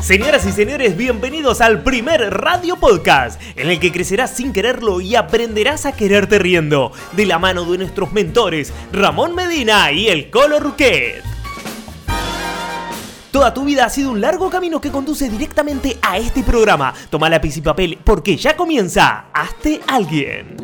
Señoras y señores, bienvenidos al primer Radio Podcast, en el que crecerás sin quererlo y aprenderás a quererte riendo, de la mano de nuestros mentores, Ramón Medina y el Colo Ruquet. Toda tu vida ha sido un largo camino que conduce directamente a este programa. Toma lápiz y papel, porque ya comienza Hazte Alguien.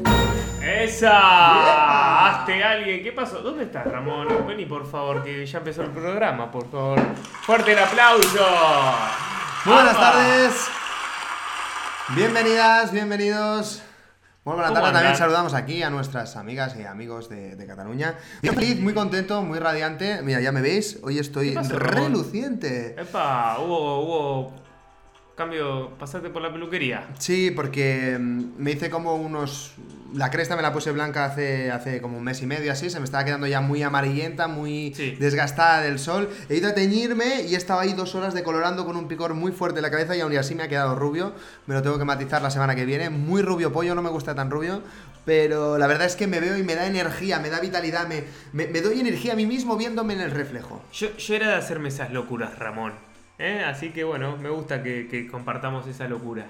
¡Esa! ¡Hazte Alguien! ¿Qué pasó? ¿Dónde estás, Ramón? Vení, por favor, que ya empezó el programa, por favor. ¡Fuerte el aplauso! Muy buenas tardes. Bienvenidas, bienvenidos. Muy buena tarde. También saludamos aquí a nuestras amigas y amigos de Cataluña. Muy feliz, muy contento, muy radiante. Mira, ya me veis, hoy estoy reluciente. ¡Epa! Hubo cambio, pasaste por la peluquería. Sí, porque me hice como unos... La cresta me la puse blanca hace como un mes y medio así, se me estaba quedando ya muy amarillenta, muy desgastada del sol. He ido a teñirme y he estado ahí 2 horas decolorando con un picor muy fuerte en la cabeza y aún así me ha quedado rubio. Me lo tengo que matizar la semana que viene. Muy rubio pollo, no me gusta tan rubio, pero la verdad es que me veo y me da energía, me da vitalidad, me doy energía a mí mismo viéndome en el reflejo. Yo era de hacerme esas locuras, Ramón. Así que bueno, me gusta que compartamos esa locura.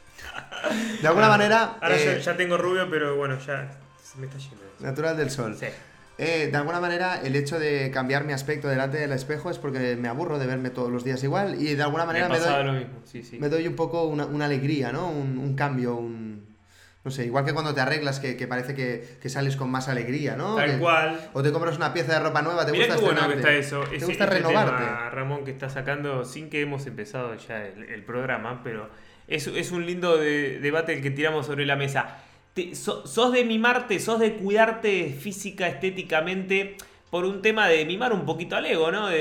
De alguna manera... Ahora yo ya tengo rubio, pero bueno, ya se me está yendo. Natural del sol. Sí. De alguna manera, el hecho de cambiar mi aspecto delante del espejo es porque me aburro de verme todos los días igual. Y de alguna manera me doy un poco una alegría, ¿no? Un cambio, no sé, igual que cuando te arreglas, que parece que sales con más alegría, ¿no? Tal cual. O te compras una pieza de ropa nueva, te Mirá gusta qué bueno estrenarte. que está eso. Te gusta renovarte. Tema, Ramón, que está sacando, sin que hemos empezado ya el programa, pero es un lindo debate el que tiramos sobre la mesa. ¿Sos de mimarte, sos de cuidarte física, estéticamente, por un tema de mimar un poquito al ego, ¿no?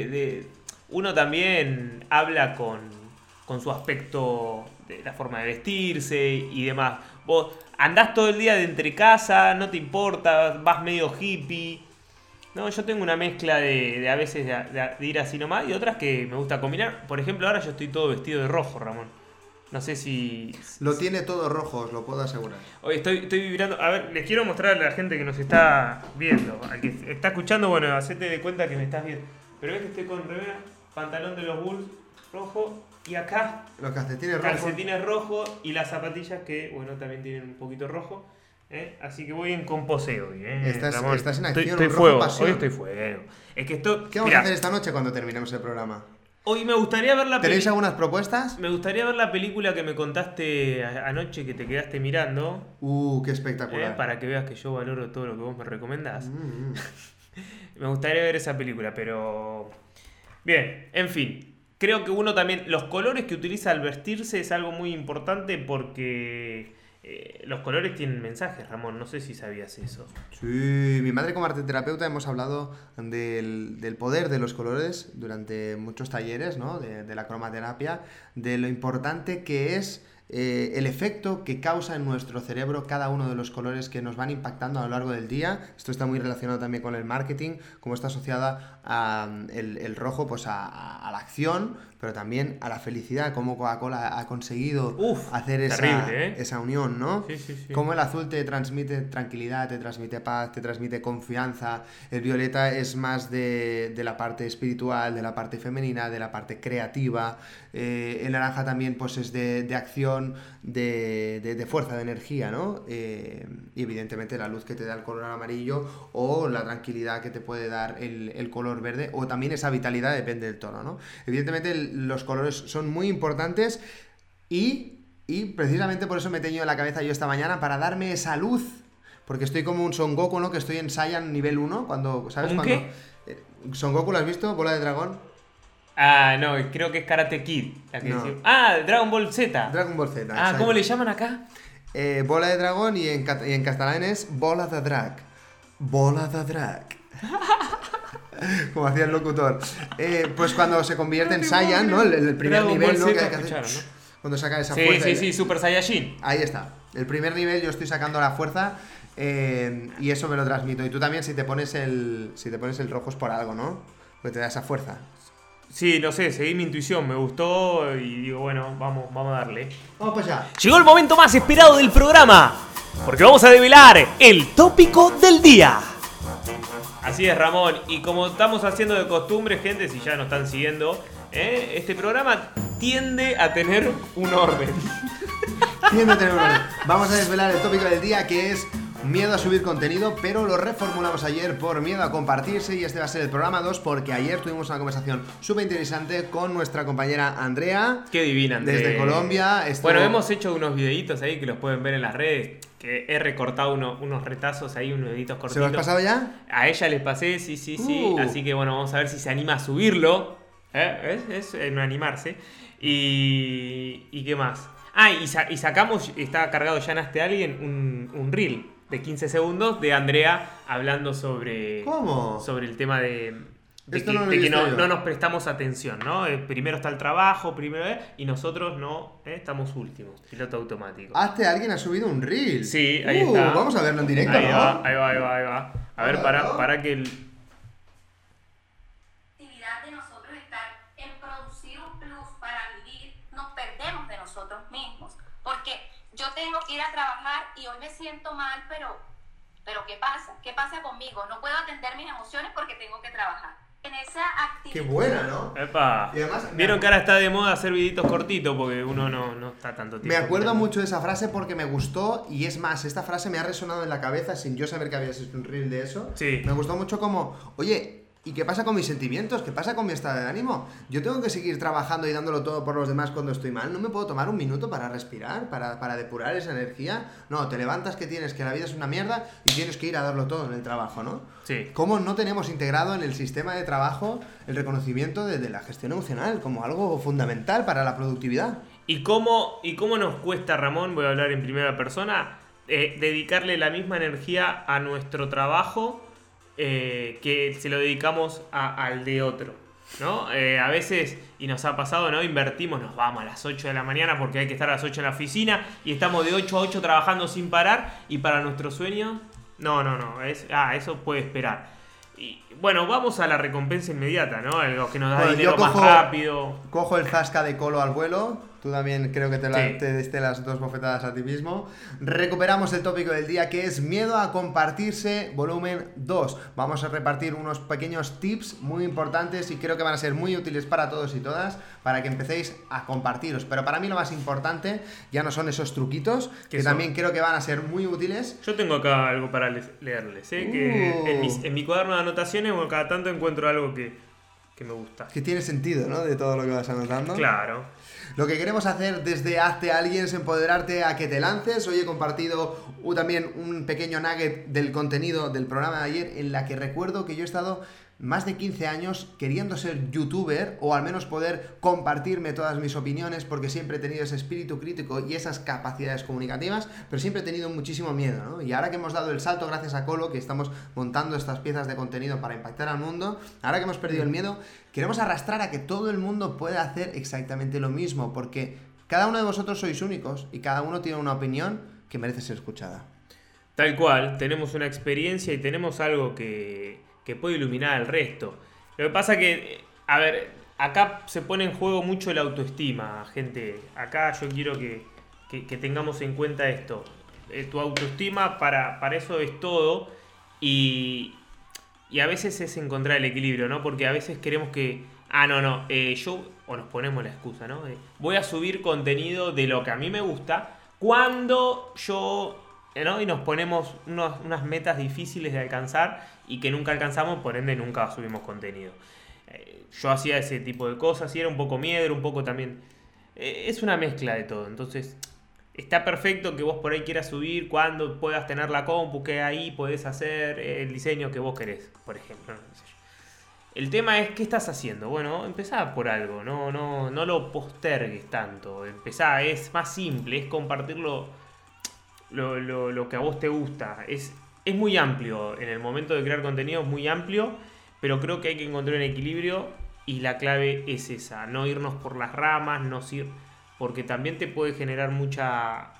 Uno también habla con su aspecto, de la forma de vestirse y demás. Vos andás todo el día de entre casa, no te importa, vas medio hippie. No, yo tengo una mezcla de a veces de ir así nomás y otras que me gusta combinar. Por ejemplo, ahora yo estoy todo vestido de rojo, Ramón. No sé si... Lo tiene todo rojo, os lo puedo asegurar. Hoy estoy vibrando. A ver, les quiero mostrar a la gente que nos está viendo. Al que está escuchando, bueno, hacete de cuenta que me estás viendo. Pero ves que estoy con remera, pantalón de los Bulls rojo y acá los calcetines rojos y las zapatillas que, bueno, también tienen un poquito rojo. Así que voy en composeo hoy. Estás en acción, estoy fuego. Hoy estoy fuego. Es que ¿Qué vamos a hacer esta noche cuando terminemos el programa? Hoy me gustaría ver la película. ¿Tenéis algunas propuestas? Me gustaría ver la película que me contaste anoche que te quedaste mirando. Qué espectacular. Para que veas que yo valoro todo lo que vos me recomendás. Me gustaría ver esa película, pero... Bien, en fin. Creo que uno también... Los colores que utiliza al vestirse es algo muy importante porque... los colores tienen mensajes, Ramón. No sé si sabías eso. Sí, mi madre como arteterapeuta hemos hablado del poder de los colores durante muchos talleres, ¿no? De la cromaterapia, de lo importante que es el efecto que causa en nuestro cerebro cada uno de los colores que nos van impactando a lo largo del día. Esto está muy relacionado también con el marketing, como está asociada el rojo pues a la acción, pero también a la felicidad, cómo Coca-Cola ha conseguido hacer esa unión, ¿no? Sí. Cómo el azul te transmite tranquilidad, te transmite paz, te transmite confianza. El violeta es más de la parte espiritual, de la parte femenina, de la parte creativa. El naranja también pues es de acción, de fuerza, de energía, ¿no? Y evidentemente la luz que te da el color amarillo o la tranquilidad que te puede dar el color verde, o también esa vitalidad, depende del tono, ¿no? Evidentemente los colores son muy importantes y precisamente por eso me he teñido la cabeza yo esta mañana, para darme esa luz, porque estoy como un Son Goku, ¿no? Que estoy en Saiyan nivel 1, ¿sabes? ¿Un qué? Son Goku, ¿lo has visto? Bola de dragón. No, creo que es Karate Kid. No. Dragon Ball Z. Dragon Ball Z, exacto. ¿Cómo le llaman acá? Bola de dragón y en catalán es bola de drag. Bola de drag. Como hacía el locutor. Pues cuando se convierte en Saiyan, ¿no? El primer Dragon nivel, ¿no? Ball Que Z hay que hacer, ¿no? Cuando saca esa fuerza. Sí, Super Saiyajin. Ahí está. El primer nivel yo estoy sacando la fuerza y eso me lo transmito. Y tú también, si te pones el rojo es por algo, ¿no? Porque te da esa fuerza. Sí, no sé, seguí mi intuición, me gustó y digo, bueno, vamos a darle. Vamos para allá. Llegó el momento más esperado del programa, porque vamos a develar el tópico del día. Así es, Ramón, y como estamos haciendo de costumbre, gente, si ya nos están siguiendo, este programa tiende a tener un orden. Tiende a tener un orden. Vamos a desvelar el tópico del día, que es miedo a subir contenido, pero lo reformulamos ayer por miedo a compartirse, y este va a ser el programa 2 porque ayer tuvimos una conversación súper interesante con nuestra compañera Andrea. Qué divina, Andrea. Desde Colombia. Bueno, hemos hecho unos videitos ahí que los pueden ver en las redes, que he recortado unos retazos ahí, unos videitos cortitos. ¿Se lo has pasado ya? A ella les pasé, sí. Así que bueno, vamos a ver si se anima a subirlo. Es no animarse. Y qué más. Y sacamos, está cargado ya en Hazte Alguien, un reel de 15 segundos de Andrea hablando sobre... ¿Cómo? Sobre el tema de que no nos prestamos atención, ¿no? Primero está el trabajo, y nosotros no, estamos últimos, piloto automático. Hazte Alguien ha subido un reel. Sí, ahí está. Vamos a verlo en directo, ahí ¿no? Va. A ver, para que el... De nosotros estar en producir un plus para vivir, nos perdemos de nosotros mismos, porque yo tengo que ir a trabajar y hoy me siento mal, pero ¿qué pasa? ¿Qué pasa conmigo? No puedo atender mis emociones porque tengo que trabajar. En esa actividad. Qué buena, ¿no? Epa. Y además, vieron que ahora está de moda hacer videitos cortitos porque uno no está tanto tiempo. Me acuerdo mucho de esa frase porque me gustó, y es más, esta frase me ha resonado en la cabeza sin yo saber que habías hecho un reel de eso. Sí. Me gustó mucho como, oye, ¿y qué pasa con mis sentimientos? ¿Qué pasa con mi estado de ánimo? Yo tengo que seguir trabajando y dándolo todo por los demás cuando estoy mal. ¿No me puedo tomar un minuto para respirar? ¿Para depurar esa energía? No, te levantas que la vida es una mierda y tienes que ir a darlo todo en el trabajo, ¿no? Sí. ¿Cómo no tenemos integrado en el sistema de trabajo el reconocimiento de la gestión emocional como algo fundamental para la productividad? ¿Y cómo nos cuesta, Ramón, voy a hablar en primera persona, dedicarle la misma energía a nuestro trabajo que se lo dedicamos al de otro, ¿no? A veces, y nos ha pasado, ¿no? Invertimos, nos vamos a las 8 de la mañana porque hay que estar a las 8 en la oficina y estamos de 8 a 8 trabajando sin parar, y para nuestro sueño, no, eso puede esperar. Y bueno, vamos a la recompensa inmediata, ¿no? Algo que nos da dinero más rápido. Cojo el zasca de Colo al vuelo. Tú también creo que te diste las 2 bofetadas a ti mismo. Recuperamos el tópico del día, que es miedo a compartirse, volumen 2. Vamos a repartir unos pequeños tips muy importantes y creo que van a ser muy útiles para todos y todas, para que empecéis a compartiros. Pero para mí lo más importante ya no son esos truquitos, que también creo que van a ser muy útiles. Yo tengo acá algo para leerles, que en mi cuaderno de anotaciones cada tanto encuentro algo que me gusta. Que tiene sentido, ¿no? De todo lo que vas anotando. Claro. Lo que queremos hacer desde Hazte Alguien es empoderarte a que te lances. Hoy he compartido también un pequeño nugget del contenido del programa de ayer, en la que recuerdo que yo he estado más de 15 años queriendo ser youtuber, o al menos poder compartirme todas mis opiniones, porque siempre he tenido ese espíritu crítico y esas capacidades comunicativas, pero siempre he tenido muchísimo miedo, ¿no? Y ahora que hemos dado el salto gracias a Colo, que estamos montando estas piezas de contenido para impactar al mundo, ahora que hemos perdido el miedo, queremos arrastrar a que todo el mundo pueda hacer exactamente lo mismo, porque cada uno de vosotros sois únicos y cada uno tiene una opinión que merece ser escuchada. Tal cual, tenemos una experiencia y tenemos algo que puede iluminar al resto. Lo que pasa que, a ver, acá se pone en juego mucho la autoestima, gente. Acá yo quiero que tengamos en cuenta esto. Tu autoestima para eso es todo, y a veces es encontrar el equilibrio, ¿no? Porque a veces queremos que, o nos ponemos la excusa, ¿no? Voy a subir contenido de lo que a mí me gusta cuando yo... ¿no? Y nos ponemos unas metas difíciles de alcanzar y que nunca alcanzamos, por ende nunca subimos contenido. Yo hacía ese tipo de cosas y era un poco miedo, era un poco también... es una mezcla de todo, entonces está perfecto que vos por ahí quieras subir cuando puedas tener la compu, que ahí podés hacer el diseño que vos querés, por ejemplo. No sé yo. El tema es, ¿qué estás haciendo? Bueno, empezá por algo, no lo postergues tanto, empezá, es más simple, es compartirlo... Lo que a vos te gusta. Es muy amplio. En el momento de crear contenido es muy amplio, pero creo que hay que encontrar un equilibrio, y la clave es esa, no irnos por las ramas, porque también te puede generar mucha...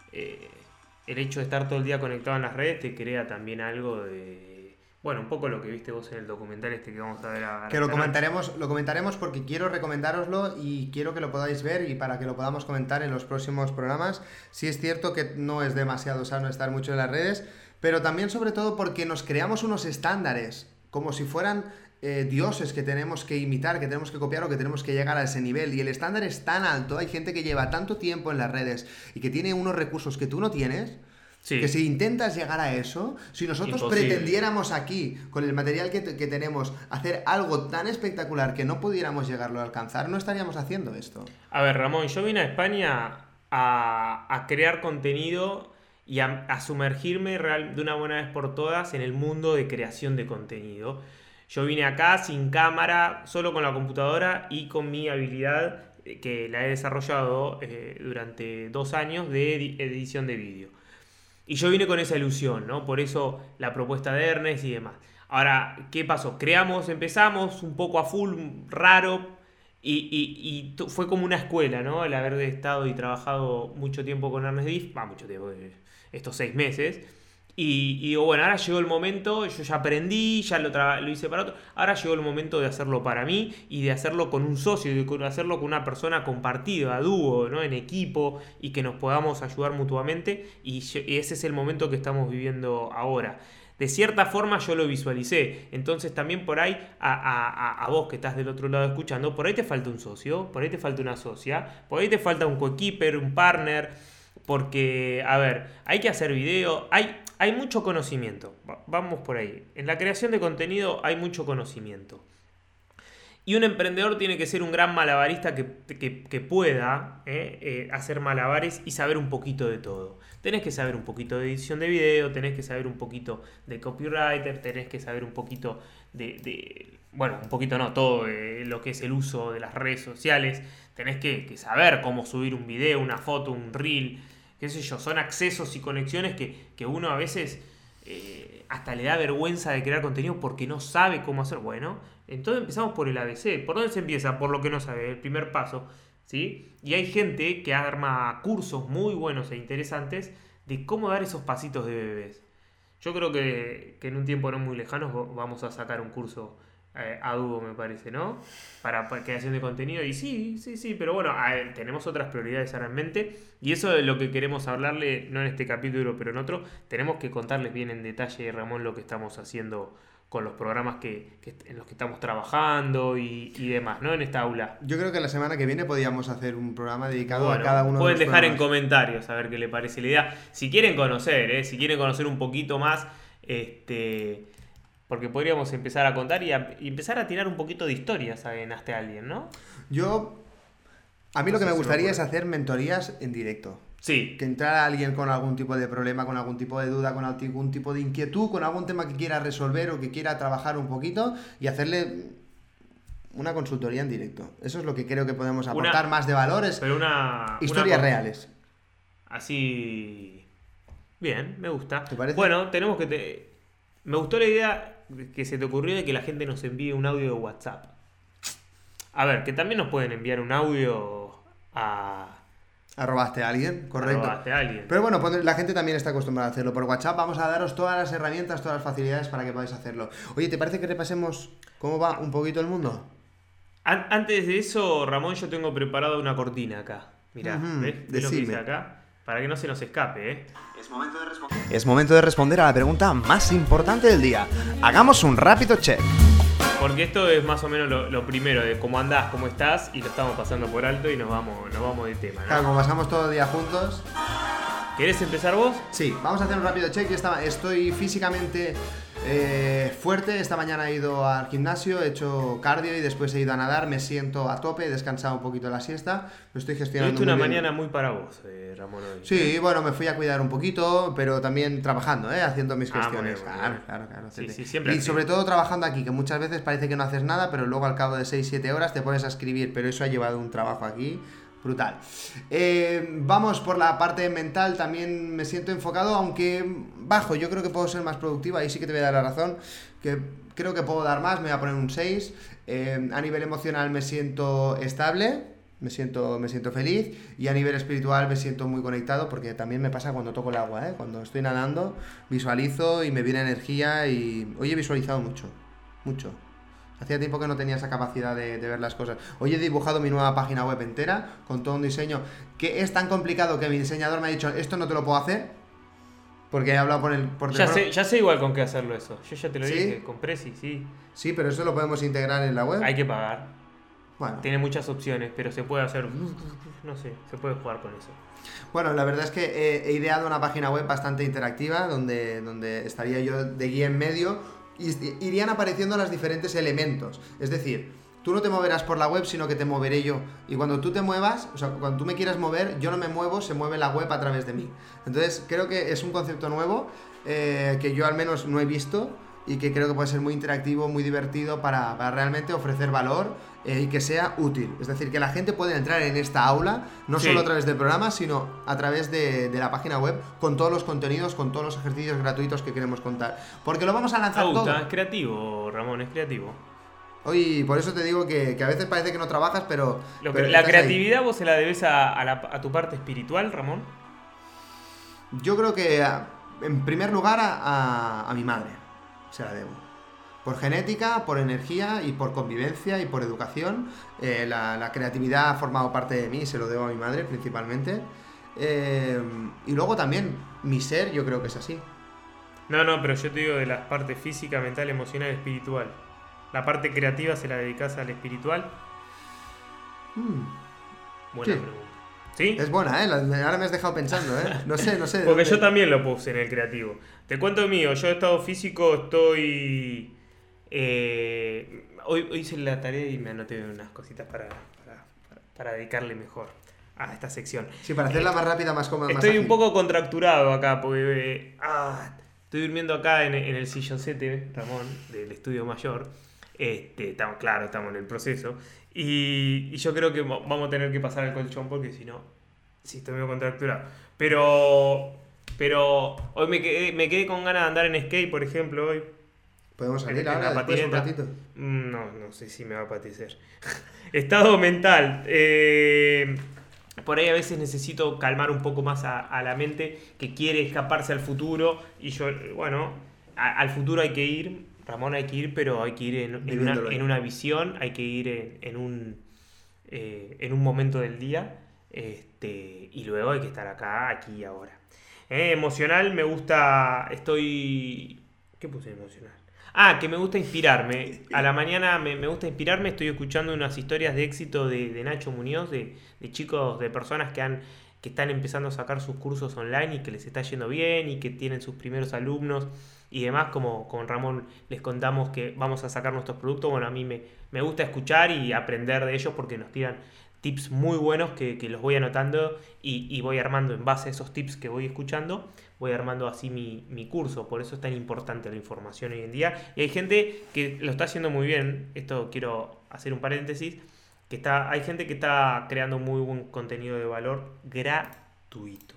el hecho de estar todo el día conectado en las redes te crea también algo de... Bueno, un poco lo que viste vos en el documental que vamos a ver ahora. Que lo comentaremos porque quiero recomendároslo y quiero que lo podáis ver y para que lo podamos comentar en los próximos programas. Sí es cierto que no es demasiado sano estar mucho en las redes, pero también sobre todo porque nos creamos unos estándares, como si fueran dioses que tenemos que imitar, que tenemos que copiar o que tenemos que llegar a ese nivel. Y el estándar es tan alto, hay gente que lleva tanto tiempo en las redes y que tiene unos recursos que tú no tienes, Sí. que si intentas llegar a eso, si nosotros Imposible. pretendiéramos aquí, con el material que tenemos, hacer algo tan espectacular que no pudiéramos llegarlo a alcanzar, no estaríamos haciendo esto. A ver, Ramón, yo vine a España a crear contenido y a sumergirme de una buena vez por todas en el mundo de creación de contenido. Yo vine acá sin cámara, solo con la computadora y con mi habilidad que la he desarrollado durante 2 años de edición de vídeo. Y yo vine con esa ilusión, ¿no? Por eso la propuesta de Ernest y demás. Ahora, ¿qué pasó? Empezamos un poco a full, raro, y fue como una escuela, ¿no? El haber estado y trabajado mucho tiempo con Ernest Diff, mucho tiempo, estos 6 meses. Y digo, bueno, ahora llegó el momento, yo ya aprendí, ya lo hice para otro, ahora llegó el momento de hacerlo para mí y de hacerlo con un socio, de hacerlo con una persona compartida, a dúo, ¿no? En equipo, y que nos podamos ayudar mutuamente, y ese es el momento que estamos viviendo ahora. De cierta forma yo lo visualicé, entonces también por ahí a vos que estás del otro lado escuchando, por ahí te falta un socio, por ahí te falta una socia, por ahí te falta un coequiper, un partner, porque, a ver, hay que hacer video, hay mucho conocimiento, vamos por ahí. En la creación de contenido hay mucho conocimiento. Y un emprendedor tiene que ser un gran malabarista que pueda hacer malabares y saber un poquito de todo. Tenés que saber un poquito de edición de video, tenés que saber un poquito de copywriter, tenés que saber un poquito bueno, un poquito no, todo lo que es el uso de las redes sociales. Tenés que saber cómo subir un video, una foto, un reel, qué sé yo. Son accesos y conexiones que uno a veces hasta le da vergüenza de crear contenido porque no sabe cómo hacer. Bueno, entonces empezamos por el ABC. ¿Por dónde se empieza? Por lo que no sabe, el primer paso, ¿sí? Y hay gente que arma cursos muy buenos e interesantes de cómo dar esos pasitos de bebés. Yo creo que en un tiempo no muy lejano vamos a sacar un curso a dúo, me parece, ¿no? Para creación de contenido. Y sí, pero bueno, tenemos otras prioridades ahora en mente. Y eso es lo que queremos hablarle, no en este capítulo, pero en otro. Tenemos que contarles bien en detalle, Ramón, lo que estamos haciendo con los programas en los que estamos trabajando y demás, ¿no? En esta aula. Yo creo que la semana que viene podríamos hacer un programa dedicado Bueno, a cada uno de los pueden dejar en programas. comentarios a ver qué les parece la idea. Si quieren conocer un poquito más, porque podríamos empezar a contar y empezar a tirar un poquito de historias en Hazte Alguien, ¿no? A mí lo que me No sé si gustaría me es hacer mentorías en directo. Sí, Que entrara alguien con algún tipo de problema, con algún tipo de duda, con algún tipo de inquietud, con algún tema que quiera resolver o que quiera trabajar un poquito y hacerle una consultoría en directo. Eso es lo que creo que podemos aportar más de valores. pero Historias reales. Así. Bien, me gusta. ¿Te parece? Bueno, me gustó la idea que se te ocurrió de que la gente nos envíe un audio de WhatsApp. A ver, que también nos pueden enviar un audio a Arrobaste a alguien, correcto. Arrobaste a alguien. Pero bueno, la gente también está acostumbrada a hacerlo por WhatsApp. Vamos a daros todas las herramientas, todas las facilidades para que podáis hacerlo. Oye, ¿te parece que repasemos cómo va un poquito el mundo? Antes de eso, Ramón, yo tengo preparado una cortina acá. Mirá, Ujú, ¿ves? ¿Ves lo que decime. hice acá? Para que no se nos escape, ¿eh? Es momento de responder a la pregunta más importante del día. Hagamos un rápido check. Porque esto es más o menos lo primero, de cómo andás, cómo estás, y lo estamos pasando por alto y nos vamos de tema, ¿no? Claro, como pasamos todo el día juntos. ¿Querés empezar vos? Sí, vamos a hacer un rápido check. Estoy físicamente fuerte. Esta mañana he ido al gimnasio, he hecho cardio y después he ido a nadar. Me siento a tope, he descansado un poquito la siesta. Lo estoy gestionando Tuviste una muy bien. mañana muy para vos, Ramón. Hoy. Sí, bueno, me fui a cuidar un poquito, pero también trabajando, haciendo mis Ah, gestiones. muy bien. Claro. Sí, siempre Y así. sobre todo trabajando aquí, que muchas veces parece que no haces nada, pero luego al cabo de 6-7 horas te pones a escribir, pero eso ha llevado un trabajo aquí brutal. Vamos por la parte mental, también me siento enfocado, aunque bajo, yo creo que puedo ser más productivo, ahí sí que te voy a dar la razón, que creo que puedo dar más, me voy a poner un 6. A nivel emocional me siento estable. Me siento feliz, y a nivel espiritual me siento muy conectado, porque también me pasa cuando toco el agua, ¿eh? Cuando estoy nadando visualizo y me viene energía, y hoy he visualizado mucho. Hacía tiempo que no tenía esa capacidad de ver las cosas. Hoy he dibujado mi nueva página web entera con todo un diseño que es tan complicado que mi diseñador me ha dicho, esto no te lo puedo hacer porque he hablado por teléfono. Ya sé igual con qué hacerlo eso. Yo ya te lo ¿Sí? dije, con Prezi, sí. Sí, pero eso lo podemos integrar en la web. Hay que pagar. Bueno. Tiene muchas opciones, pero se puede hacer... No sé, se puede jugar con eso. Bueno, la verdad es que he ideado una página web bastante interactiva donde estaría yo de guía en medio y irían apareciendo los diferentes elementos. Es decir, tú no te moverás por la web, sino que te moveré yo. Y cuando tú te muevas, o sea, cuando tú me quieras mover, yo no me muevo, se mueve la web a través de mí. Entonces, creo que es un concepto nuevo que yo al menos no he visto y que creo que puede ser muy interactivo, muy divertido para realmente ofrecer valor y que sea útil. Es decir, que la gente pueda entrar en esta aula, no solo a través del programa, sino a través de la página web, con todos los contenidos, con todos los ejercicios gratuitos que queremos contar. Porque lo vamos a lanzar todo. Es creativo, Ramón, es creativo. Hoy, por eso te digo que a veces parece que no trabajas, pero la creatividad ahí. ¿Vos se la debes a tu parte espiritual, Ramón? Yo creo que, en primer lugar, a mi madre se la debo. Por genética, por energía y por convivencia y por educación. La creatividad ha formado parte de mí y se lo debo a mi madre principalmente. Y luego también, mi ser yo creo que es así. No, pero yo te digo de la parte física, mental, emocional, espiritual. ¿La parte creativa se la dedicas al espiritual? Buena pregunta. ¿Sí? Es buena, ahora me has dejado pensando, No sé. Porque yo también lo puse en el creativo. Te cuento el mío, yo de estado físico estoy... Hoy hice la tarea y me anoté unas cositas para dedicarle mejor a esta sección. Sí, para hacerla más rápida, más cómoda, más Estoy ágil. un poco contracturado acá, porque estoy durmiendo acá en el silloncete, Ramón, del estudio mayor. Estamos en el proceso. Y yo creo que vamos a tener que pasar al colchón porque si no, sí estoy medio contracturado. Pero hoy me quedé con ganas de andar en skate, por ejemplo, hoy. ¿Podemos salir En ahora la después un patineta. ratito? No sé si me va a apetecer. Estado mental. Por ahí a veces necesito calmar un poco más a la mente que quiere escaparse al futuro. Y yo, bueno, al futuro hay que ir, Ramón, hay que ir, pero hay que ir en una visión, hay que ir en un momento del día. Y luego hay que estar acá, aquí y ahora. Emocional, me gusta. ¿Qué puse emocional? Que me gusta inspirarme. A la mañana me gusta inspirarme. Estoy escuchando unas historias de éxito de Nacho Muñoz, de chicos, de personas que están empezando a sacar sus cursos online y que les está yendo bien y que tienen sus primeros alumnos y demás. Como con Ramón les contamos que vamos a sacar nuestros productos. Bueno, a mí me gusta escuchar y aprender de ellos porque nos tiran tips muy buenos que los voy anotando y voy armando en base a esos tips que voy escuchando. Voy armando así mi curso, por eso es tan importante la información hoy en día. Y hay gente que lo está haciendo muy bien, esto quiero hacer un paréntesis, hay gente que está creando muy buen contenido de valor gratuito.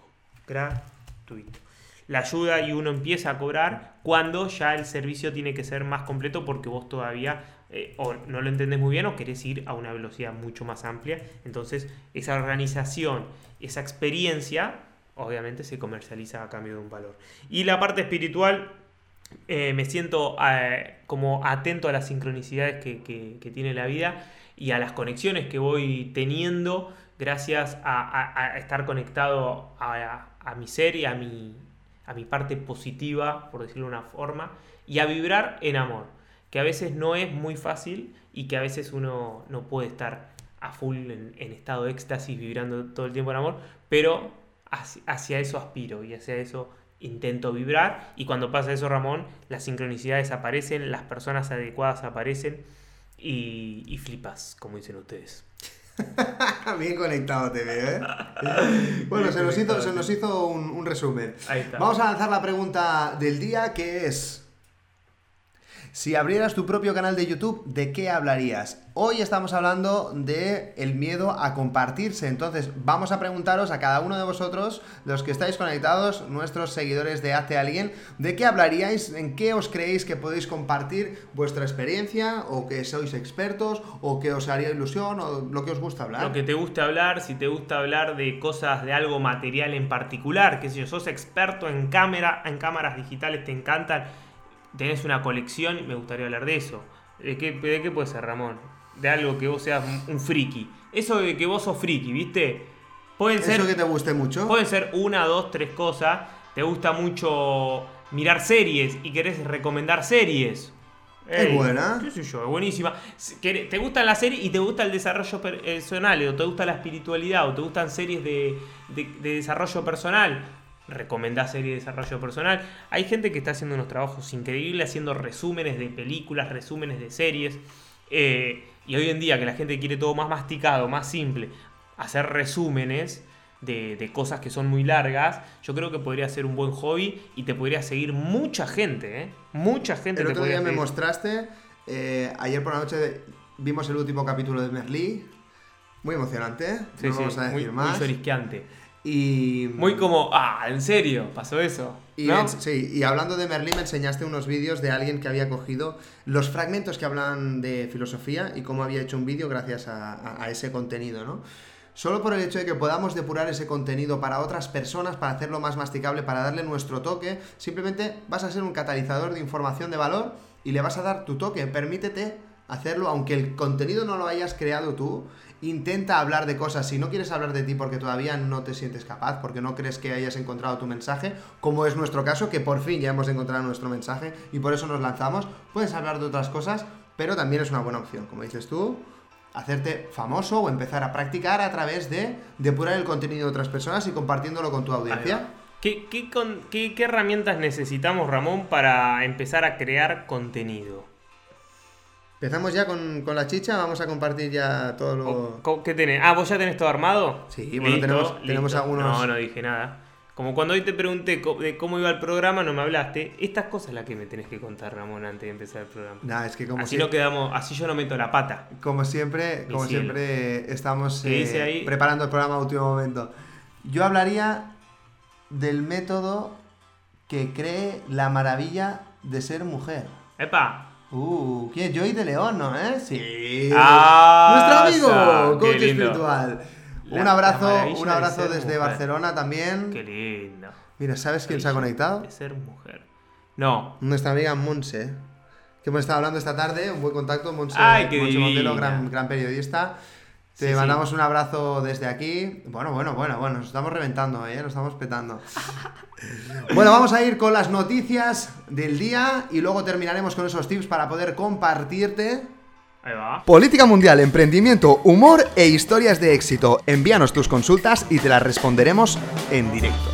La ayuda y uno empieza a cobrar cuando ya el servicio tiene que ser más completo porque vos todavía o no lo entendés muy bien o querés ir a una velocidad mucho más amplia. Entonces esa organización, esa experiencia obviamente se comercializa a cambio de un valor. Y la parte espiritual, me siento como atento a las sincronicidades que tiene la vida y a las conexiones que voy teniendo gracias a estar conectado a mi ser y a mi parte positiva, por decirlo de una forma, y a vibrar en amor, que a veces no es muy fácil y que a veces uno no puede estar a full en estado de éxtasis vibrando todo el tiempo en amor, pero hacia eso aspiro y hacia eso intento vibrar. Y cuando pasa eso, Ramón, las sincronicidades aparecen, las personas adecuadas aparecen y flipas, como dicen ustedes. Bien conectado te veo, Bueno, se nos hizo un resumen. Ahí está. Vamos a lanzar la pregunta del día, que es: si abrieras tu propio canal de YouTube, ¿de qué hablarías? Hoy estamos hablando de el miedo a compartirse. Entonces, vamos a preguntaros a cada uno de vosotros, los que estáis conectados, nuestros seguidores de Hazte Alguien, ¿de qué hablaríais? ¿En qué os creéis que podéis compartir vuestra experiencia? ¿O que sois expertos? ¿O que os haría ilusión? ¿O lo que os gusta hablar? Lo que te guste hablar, si te gusta hablar de cosas, de algo material en particular, que si sos experto en cámaras digitales, te encantan, tenés una colección, me gustaría hablar de eso. ¿De qué puede ser, Ramón? De algo que vos seas un friki. Eso de que vos sos friki, ¿viste? Pueden ser, eso que te guste mucho. Pueden ser 1, 2, 3 cosas, te gusta mucho mirar series y querés recomendar series. Es buena. ¿Qué sé yo? Es buenísima. Te gustan las series y te gusta el desarrollo personal, o te gusta la espiritualidad, o te gustan series de desarrollo personal. Recomendás series de desarrollo personal. Hay gente que está haciendo unos trabajos increíbles, haciendo resúmenes de películas, resúmenes de series. Y hoy en día que la gente quiere todo más masticado, más simple, hacer resúmenes de cosas que son muy largas, yo creo que podría ser un buen hobby y te podría seguir mucha gente, ¿eh? Mucha gente. El te otro podría día me seguir. mostraste, ayer por la noche vimos el último capítulo de Merlí, muy emocionante, Sí, no sí, vamos a decir más. muy llorisqueante. Y Muy como, ¿en serio? ¿Pasó eso? ¿No? sí, y hablando de Merlí me enseñaste unos vídeos de alguien que había cogido los fragmentos que hablan de filosofía y cómo había hecho un vídeo gracias a ese contenido, ¿no? Solo por el hecho de que podamos depurar ese contenido para otras personas, para hacerlo más masticable, para darle nuestro toque, simplemente vas a ser un catalizador de información de valor y le vas a dar tu toque. Permítete hacerlo, aunque el contenido no lo hayas creado tú. Intenta hablar de cosas. Si no quieres hablar de ti porque todavía no te sientes capaz, porque no crees que hayas encontrado tu mensaje, como es nuestro caso, que por fin ya hemos encontrado nuestro mensaje y por eso nos lanzamos, puedes hablar de otras cosas, pero también es una buena opción, como dices tú, hacerte famoso o empezar a practicar a través de depurar el contenido de otras personas y compartiéndolo con tu audiencia. ¿Qué herramientas necesitamos, Ramón, para empezar a crear contenido? Empezamos ya con la chicha, vamos a compartir ya todo lo... ¿Qué tenés? ¿Vos ya tenés todo armado? Sí, bueno, tenemos algunos... No dije nada. Como cuando hoy te pregunté de cómo iba el programa, no me hablaste. Estas cosas las que me tenés que contar, Ramón, antes de empezar el programa. Nah, es que como así no quedamos, así yo no meto la pata. Como siempre estamos ahí? preparando el programa a último momento. Yo hablaría del método que cree la maravilla de ser mujer. ¡Epa! ¿Quién es? Joy de León, ¿no? Sí. ¡Ah! Nuestro amigo, coach ¡Qué lindo! espiritual. Un La abrazo maravilla de ser desde mujer. Barcelona también. ¡Qué lindo! Mira, ¿sabes quién se ha conectado? De ser mujer. No. Nuestra amiga Monse, que hemos estado hablando esta tarde, un buen contacto, Monse, ¡Ay, qué Monse Montelo, divina! gran periodista. Te Sí, mandamos un abrazo desde aquí. Bueno, nos estamos reventando, nos estamos petando. Bueno, vamos a ir con las noticias del día y luego terminaremos con esos tips para poder compartirte. Ahí va. Política mundial, emprendimiento, humor e historias de éxito. Envíanos tus consultas y te las responderemos en directo.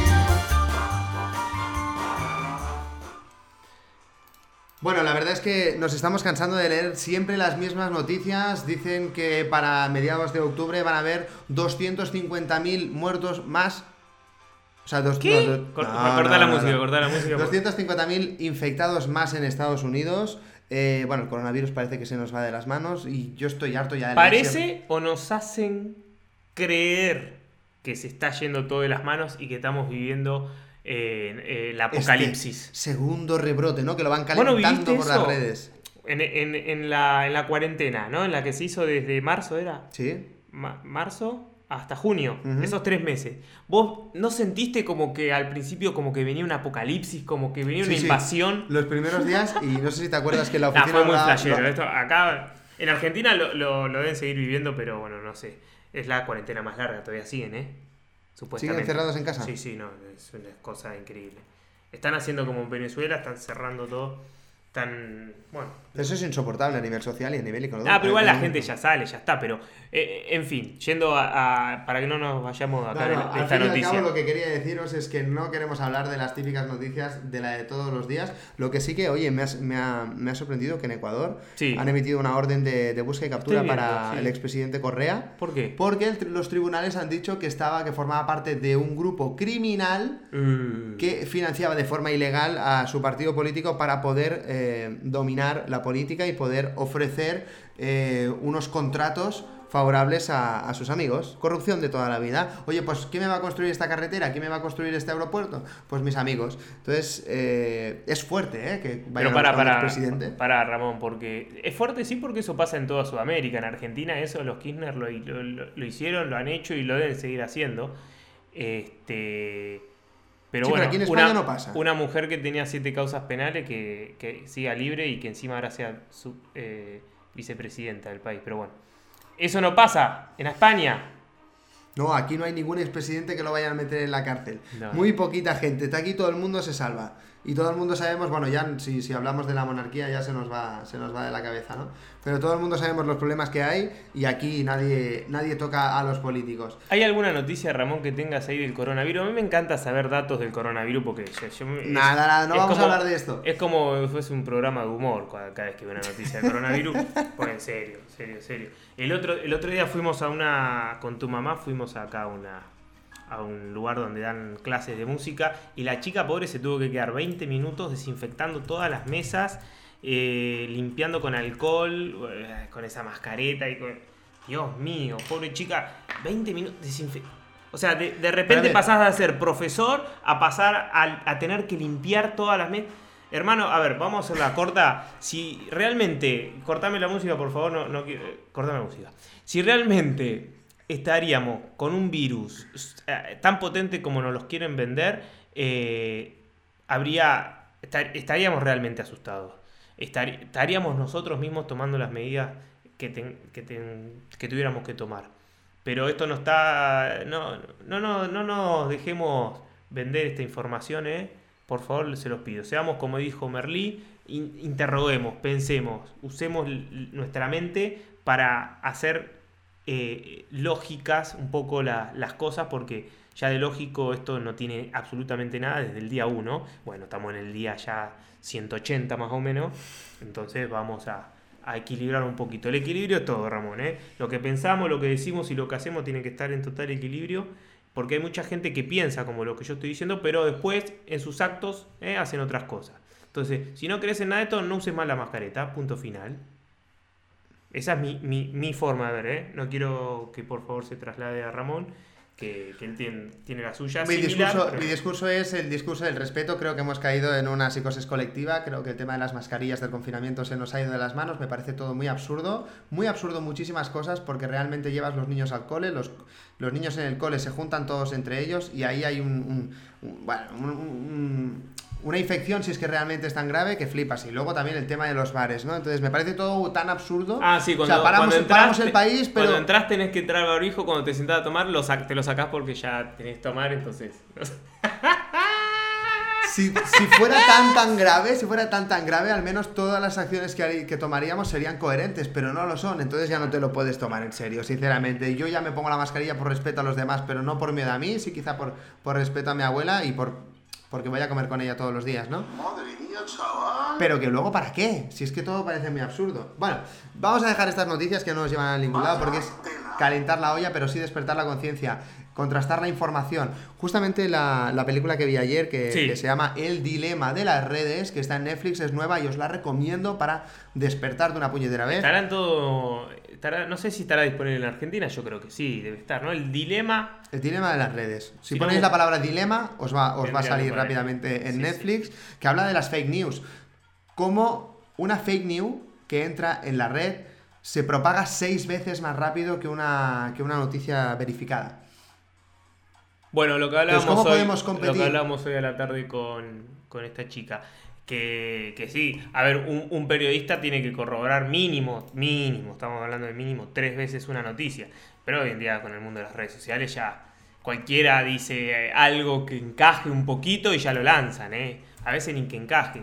Bueno, la verdad es que nos estamos cansando de leer siempre las mismas noticias. Dicen que para mediados de octubre van a haber 250.000 muertos más. O sea, Corta la música. 250.000 infectados más en Estados Unidos. Bueno, el coronavirus parece que se nos va de las manos y yo estoy harto ya de ¿Parece o nos hacen creer que se está yendo todo de las manos y que estamos viviendo el apocalipsis? Segundo rebrote, ¿no? Que lo van calentando por las redes. En la cuarentena, ¿no? En la que se hizo desde marzo, ¿era? Sí. Marzo hasta junio, Uh-huh. esos 3 meses. ¿Vos no sentiste como que al principio como que venía un apocalipsis, como que venía una invasión? Los primeros días, y no sé si te acuerdas que la oficina... fue muy flashero. Esto, acá, en Argentina lo deben seguir viviendo, pero bueno, no sé. Es la cuarentena más larga, todavía siguen, supuestamente. ¿Siguen encerrados en casa? Sí, no, es una cosa increíble. Están haciendo como en Venezuela, están cerrando todo. Bueno. Eso es insoportable a nivel social y a nivel económico. Pero igual la gente ya sale, ya está. Pero, en fin, yendo para que no nos vayamos acá de esta noticia. Al cabo, lo que quería deciros es que no queremos hablar de las típicas noticias de la de todos los días. Lo que sí que, oye, me ha sorprendido que en Ecuador han emitido una orden de búsqueda y captura para el expresidente Correa. ¿Por qué? Porque los tribunales han dicho que formaba parte de un grupo criminal que financiaba de forma ilegal a su partido político para poder dominar la política y poder ofrecer unos contratos favorables a sus amigos. Corrupción de toda la vida. Oye, pues ¿quién me va a construir esta carretera? ¿Quién me va a construir este aeropuerto? Pues mis amigos. Entonces, es fuerte, que vaya a presidente. Para Ramón, porque es fuerte sí, porque eso pasa en toda Sudamérica. En Argentina eso los Kirchner lo hicieron, lo han hecho y lo deben seguir haciendo. Pero sí, bueno, pero aquí en España no pasa. Una mujer que tenía 7 causas penales que siga libre y que encima ahora sea vicepresidenta del país. Pero bueno, eso no pasa en España. No, aquí no hay ningún expresidente que lo vayan a meter en la cárcel. No. Muy poquita gente. Está aquí, todo el mundo se salva. Y todo el mundo sabemos, bueno, ya si hablamos de la monarquía ya se nos va de la cabeza, ¿no? Pero todo el mundo sabemos los problemas que hay y aquí nadie toca a los políticos. ¿Hay alguna noticia, Ramón, que tengas ahí del coronavirus? A mí me encanta saber datos del coronavirus porque Nada, no vamos a hablar de esto. Es como si fuese un programa de humor cada vez que veo una noticia del coronavirus. Pues en serio. El otro día fuimos con tu mamá, fuimos acá a un lugar donde dan clases de música y la chica pobre se tuvo que quedar 20 minutos desinfectando todas las mesas, limpiando con alcohol, con esa mascareta y Dios mío, pobre chica, 20 minutos o sea, de repente pasás de ser profesor a pasar a tener que limpiar todas las mesas. Hermano, a ver, vamos a hacer la corta. Si realmente, cortame la música por favor, no quiero, cortame la música. Si realmente estaríamos con un virus tan potente como nos los quieren vender, estaríamos realmente asustados. Estaríamos nosotros mismos tomando las medidas que tuviéramos que tomar. Pero esto no está... No nos dejemos vender esta información, por favor, se los pido. Seamos como dijo Merlí, interroguemos, pensemos, usemos nuestra mente para hacer lógicas un poco las cosas, porque ya de lógico esto no tiene absolutamente nada desde el día 1. Bueno, estamos en el día ya 180 más o menos, entonces vamos a equilibrar un poquito. El equilibrio es todo, Ramón, Lo que pensamos, lo que decimos y lo que hacemos tiene que estar en total equilibrio, porque hay mucha gente que piensa como lo que yo estoy diciendo, pero después en sus actos hacen otras cosas. Entonces, si no crees en nada de esto, no uses más la mascareta, punto final. Esa es mi forma de ver, No quiero que por favor se traslade a Ramón, que él tiene la suya. Mi discurso es el discurso del respeto. Creo que hemos caído en una psicosis colectiva. Creo que el tema de las mascarillas del confinamiento se nos ha ido de las manos. Me parece todo muy absurdo muchísimas cosas, porque realmente llevas los niños al cole, los niños en el cole se juntan todos entre ellos y ahí hay una infección, si es que realmente es tan grave, que flipas. Y luego también el tema de los bares, ¿no? Entonces me parece todo tan absurdo. Ah, sí, cuando paramos el país, pero... Cuando entras tenés que entrar al barbijo, cuando te sentás a tomar, te lo sacás porque ya tenés que tomar, entonces... Si fuera tan grave, al menos todas las acciones que tomaríamos serían coherentes, pero no lo son, entonces ya no te lo puedes tomar en serio, sinceramente. Yo ya me pongo la mascarilla por respeto a los demás, pero no por miedo a mí, sí, quizá por respeto a mi abuela y porque voy a comer con ella todos los días, ¿no? Madre mía, chaval. Pero que luego, ¿para qué? Si es que todo parece muy absurdo. Bueno, vamos a dejar estas noticias que no nos llevan a ningún lado, porque es calentar la olla, pero sí despertar la conciencia, contrastar la información. Justamente la película que vi ayer, que se llama El dilema de las redes, que está en Netflix, es nueva y os la recomiendo para despertar de una puñetera vez. No sé si estará disponible en Argentina, yo creo que sí, debe estar, ¿no? El dilema de las redes. Si ponéis la palabra dilema, os va a salir rápidamente en Netflix, que habla de las fake news. Cómo una fake news que entra en la red se propaga 6 veces más rápido que una noticia verificada. Bueno, lo que podemos competir? Lo que hablábamos hoy a la tarde con esta chica, que sí, a ver, un periodista tiene que corroborar mínimo, estamos hablando de mínimo 3 veces una noticia, pero hoy en día con el mundo de las redes sociales ya cualquiera dice algo que encaje un poquito y ya lo lanzan, a veces ni que encaje.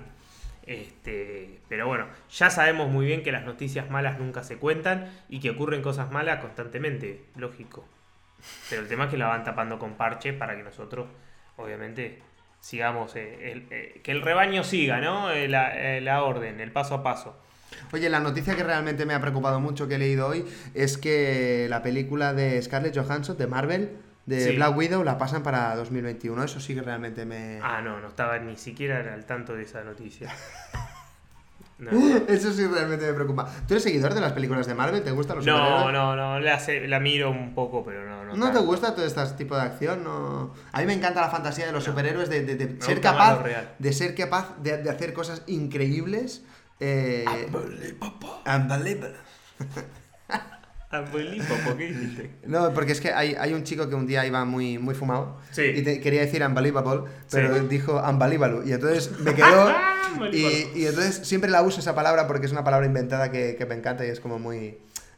Pero bueno, ya sabemos muy bien que las noticias malas nunca se cuentan y que ocurren cosas malas constantemente, lógico. Pero el tema es que la van tapando con parche para que nosotros, obviamente, sigamos, que el rebaño siga, ¿no? La orden, el paso a paso. Oye, la noticia que realmente me ha preocupado mucho que he leído hoy es que la película de Scarlett Johansson, de Marvel, de Black Widow, la pasan para 2021. Eso sí que realmente me... No estaba ni siquiera al tanto de esa noticia. No. Eso sí realmente me preocupa. ¿Tú eres seguidor de las películas de Marvel? ¿Te gustan los superhéroes? No, la miro un poco, pero no. ¿No te gusta todo este tipo de acción? No. A mí me encanta la fantasía de los superhéroes, de ser capaz de hacer cosas increíbles. Unbelievable. ¿Por qué dijiste? No, porque es que hay un chico que un día iba muy, muy fumado y quería decir unbelievable, pero dijo unbelievable y entonces me quedó y entonces siempre la uso esa palabra porque es una palabra inventada que me encanta y es como muy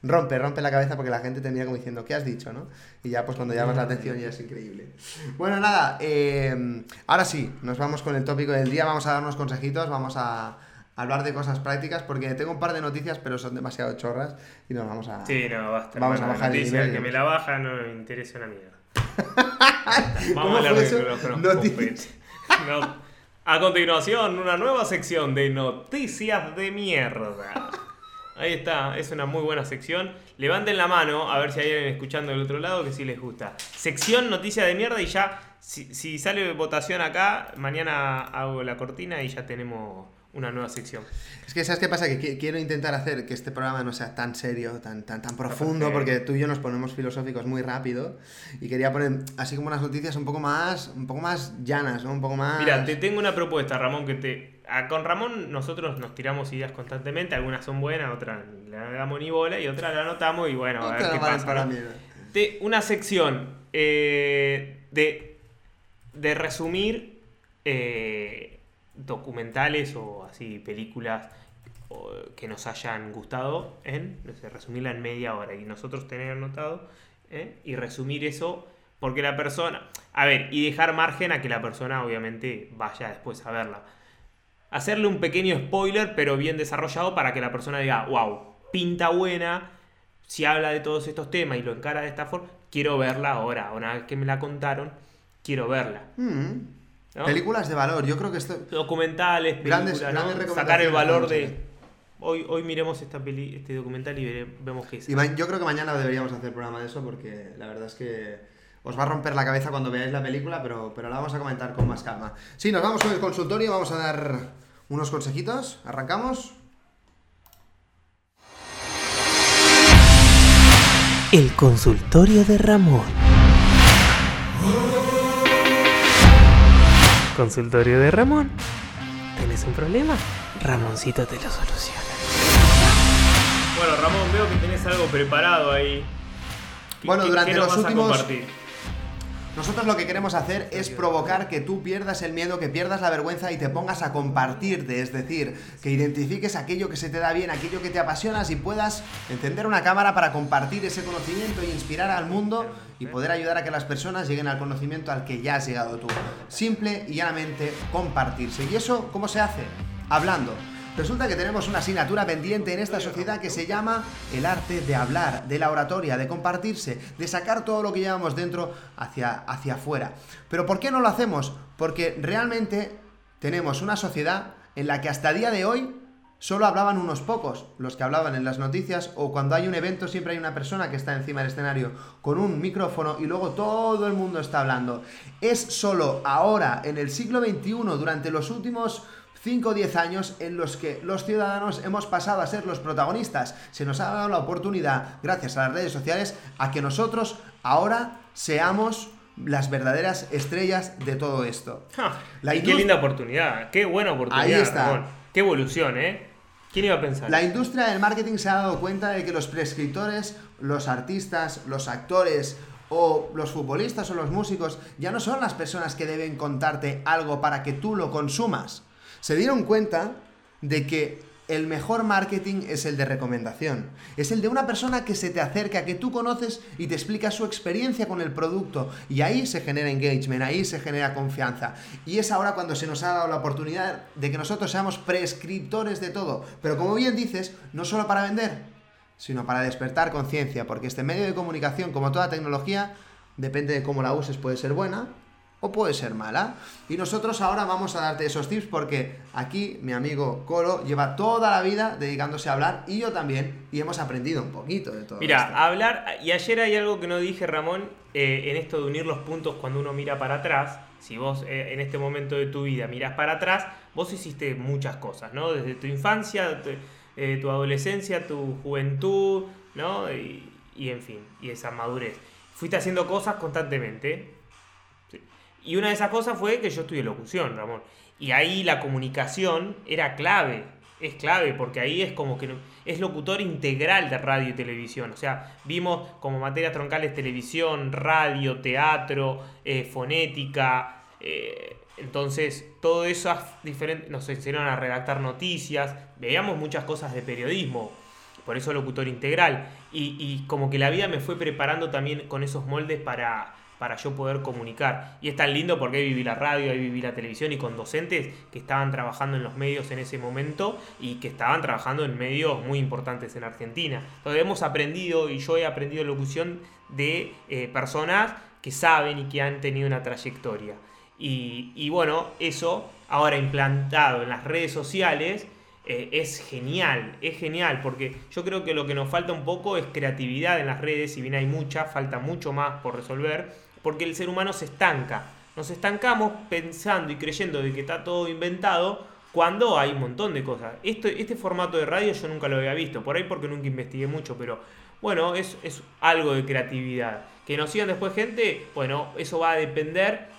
rompe la cabeza porque la gente te mira como diciendo, ¿qué has dicho, no? Y ya pues cuando llamas la atención ya es increíble. Bueno, nada, ahora sí, nos vamos con el tópico del día, vamos a darnos consejitos, vamos a hablar de cosas prácticas porque tengo un par de noticias pero son demasiado chorras y nos vamos a... Sí, no, basta. Vamos a bajar el nivel. Que me la baja no me interesa una mierda. ¿Cómo Vamos a hablar fue de eso? los Noticias. No. A continuación, una nueva sección de noticias de mierda. Ahí está, es una muy buena sección. Levanten la mano a ver si hay alguien escuchando del otro lado que sí les gusta. Sección noticias de mierda y ya, si sale votación acá, mañana hago la cortina y ya tenemos una nueva sección. Es que, ¿sabes qué pasa? Que quiero intentar hacer que este programa no sea tan serio, tan profundo, porque tú y yo nos ponemos filosóficos muy rápido y quería poner así como unas noticias un poco más llanas, ¿no? Un poco más... Mira, te tengo una propuesta, Ramón, con Ramón nosotros nos tiramos ideas constantemente, algunas son buenas, otras le damos ni bola y otras la anotamos y bueno, a ver qué pasa, ¿no? Una sección de resumir documentales o así películas que nos hayan gustado no sé, resumirla en media hora y nosotros tener anotado y resumir eso porque la persona, a ver, y dejar margen a que la persona obviamente vaya después a verla, hacerle un pequeño spoiler pero bien desarrollado para que la persona diga wow, pinta buena, si habla de todos estos temas y lo encara de esta forma, quiero verla ahora, una vez que me la contaron quiero verla. ¿No? Películas de valor, yo creo que esto... Documentales, películas, grandes ¿no? Sacar el valor de... Hoy miremos este documental y vemos qué es. Y yo creo que mañana deberíamos hacer programa de eso porque la verdad es que os va a romper la cabeza cuando veáis la película, pero la vamos a comentar con más calma. Sí, nos vamos con el consultorio, vamos a dar unos consejitos, arrancamos. El consultorio de Ramón. Consultorio de Ramón. ¿Tenés un problema? Ramoncito te lo soluciona. Bueno, Ramón, veo que tenés algo preparado ahí. Bueno, durante ¿qué nos los vas a últimos... compartir? Nosotros lo que queremos hacer es provocar que tú pierdas el miedo, que pierdas la vergüenza y te pongas a compartirte, es decir, que identifiques aquello que se te da bien, aquello que te apasionas y puedas encender una cámara para compartir ese conocimiento y inspirar al mundo y poder ayudar a que las personas lleguen al conocimiento al que ya has llegado tú. Simple y llanamente compartirse. ¿Y eso cómo se hace? Hablando. Resulta que tenemos una asignatura pendiente en esta sociedad que se llama el arte de hablar, de la oratoria, de compartirse, de sacar todo lo que llevamos dentro hacia afuera. ¿Pero por qué no lo hacemos? Porque realmente tenemos una sociedad en la que hasta el día de hoy solo hablaban unos pocos, los que hablaban en las noticias, o cuando hay un evento siempre hay una persona que está encima del escenario con un micrófono y luego todo el mundo está hablando. Es solo ahora, en el siglo XXI, durante los últimos 5 o 10 años en los que los ciudadanos hemos pasado a ser los protagonistas. Se nos ha dado la oportunidad, gracias a las redes sociales, a que nosotros ahora seamos las verdaderas estrellas de todo esto. Qué linda oportunidad, qué buena oportunidad. Ahí está. Ramón. Qué evolución, ¿eh? ¿Quién iba a pensar? La industria del marketing se ha dado cuenta de que los prescriptores, los artistas, los actores o los futbolistas o los músicos ya no son las personas que deben contarte algo para que tú lo consumas. Se dieron cuenta de que el mejor marketing es el de recomendación. Es el de una persona que se te acerca, que tú conoces y te explica su experiencia con el producto. Y ahí se genera engagement, ahí se genera confianza. Y es ahora cuando se nos ha dado la oportunidad de que nosotros seamos prescriptores de todo. Pero como bien dices, no solo para vender, sino para despertar conciencia. Porque este medio de comunicación, como toda tecnología, depende de cómo la uses, puede ser buena o puede ser mala. Y nosotros ahora vamos a darte esos tips porque aquí mi amigo Colo lleva toda la vida dedicándose a hablar y yo también, y hemos aprendido un poquito de todo. Mira, esto. hablar, y ayer hay algo que no dije, Ramón, en esto de unir los puntos cuando uno mira para atrás. Si vos en este momento de tu vida mirás para atrás, vos hiciste muchas cosas, ¿no? Desde tu infancia, tu adolescencia, tu juventud, ¿no? Y en fin, y esa madurez. Fuiste haciendo cosas constantemente. Y una de esas cosas fue que yo estudié locución, Ramón. Y ahí la comunicación era clave. Es clave porque ahí es como que es locutor integral de radio y televisión. O sea, vimos como materias troncales televisión, radio, teatro, fonética. Entonces, todo eso diferente, nos enseñaron a redactar noticias. Veíamos muchas cosas de periodismo. por eso locutor integral. Y como que la vida me fue preparando también con esos moldes para yo poder comunicar. Y es tan lindo porque ahí viví la radio, ahí viví la televisión y con docentes que estaban trabajando en los medios en ese momento y que estaban trabajando en medios muy importantes en Argentina. Entonces hemos aprendido, y yo he aprendido locución de personas que saben y que han tenido una trayectoria. Y bueno, eso ahora implantado en las redes sociales es genial, porque yo creo que lo que nos falta un poco es creatividad en las redes, si bien hay mucha, falta mucho más por resolver, porque el ser humano se estanca. Nos estancamos pensando y creyendo de que está todo inventado cuando hay un montón de cosas. Este formato de radio yo nunca lo había visto, por ahí porque nunca investigué mucho, pero bueno, es algo de creatividad. Que nos sigan después gente, bueno, eso va a depender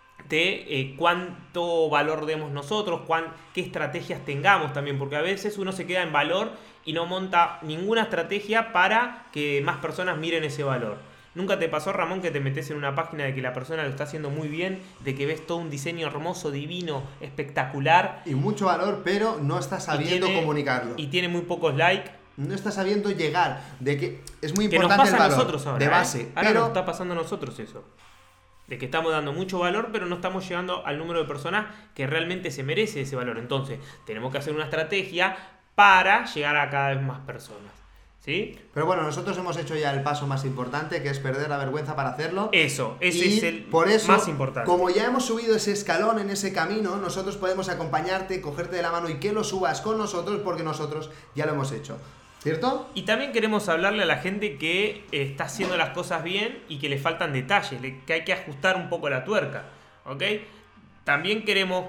de cuánto valor demos nosotros, qué estrategias tengamos también, porque a veces uno se queda en valor y no monta ninguna estrategia para que más personas miren ese valor. ¿Nunca te pasó, Ramón, que te metes en una página de que la persona lo está haciendo muy bien, de que ves todo un diseño hermoso, divino, espectacular? Y mucho valor, pero no estás sabiendo comunicarlo. Y tiene muy pocos likes. No estás sabiendo llegar, de que es muy Que importante nos pasa el valor a nosotros ahora, de base. Ahora pero nos está pasando a nosotros eso. De que estamos dando mucho valor, pero no estamos llegando al número de personas que realmente se merece ese valor. Entonces, tenemos que hacer una estrategia para llegar a cada vez más personas. ¿Sí? Pero bueno, nosotros hemos hecho ya el paso más importante, que es perder la vergüenza para hacerlo. Ese es el por eso, más importante. Como ya hemos subido ese escalón en ese camino, nosotros podemos acompañarte, cogerte de la mano y que lo subas con nosotros, porque nosotros ya lo hemos hecho. ¿Cierto? Y también queremos hablarle a la gente que está haciendo las cosas bien y que le faltan detalles, que hay que ajustar un poco la tuerca. ¿Ok? También queremos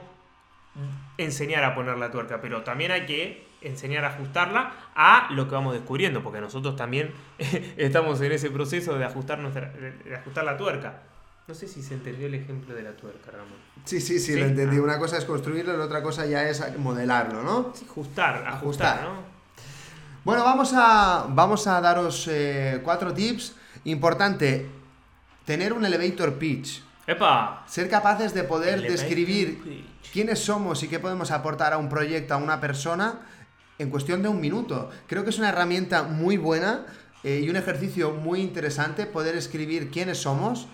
enseñar a poner la tuerca, pero también hay que enseñar a ajustarla a lo que vamos descubriendo, porque nosotros también estamos en ese proceso de ajustar la tuerca. No sé si se entendió el ejemplo de la tuerca, Ramón. Sí, lo entendí. Una cosa es construirlo, la otra cosa ya es modelarlo, ¿no? Sí, ajustar, ¿no? Bueno, vamos a daros 4 tips. Importante, tener un elevator pitch. ¡Epa! Ser capaces de poder describir quiénes somos y qué podemos aportar a un proyecto, a una persona, en cuestión de un minuto. Creo que es una herramienta muy buena y un ejercicio muy interesante poder escribir quiénes somos,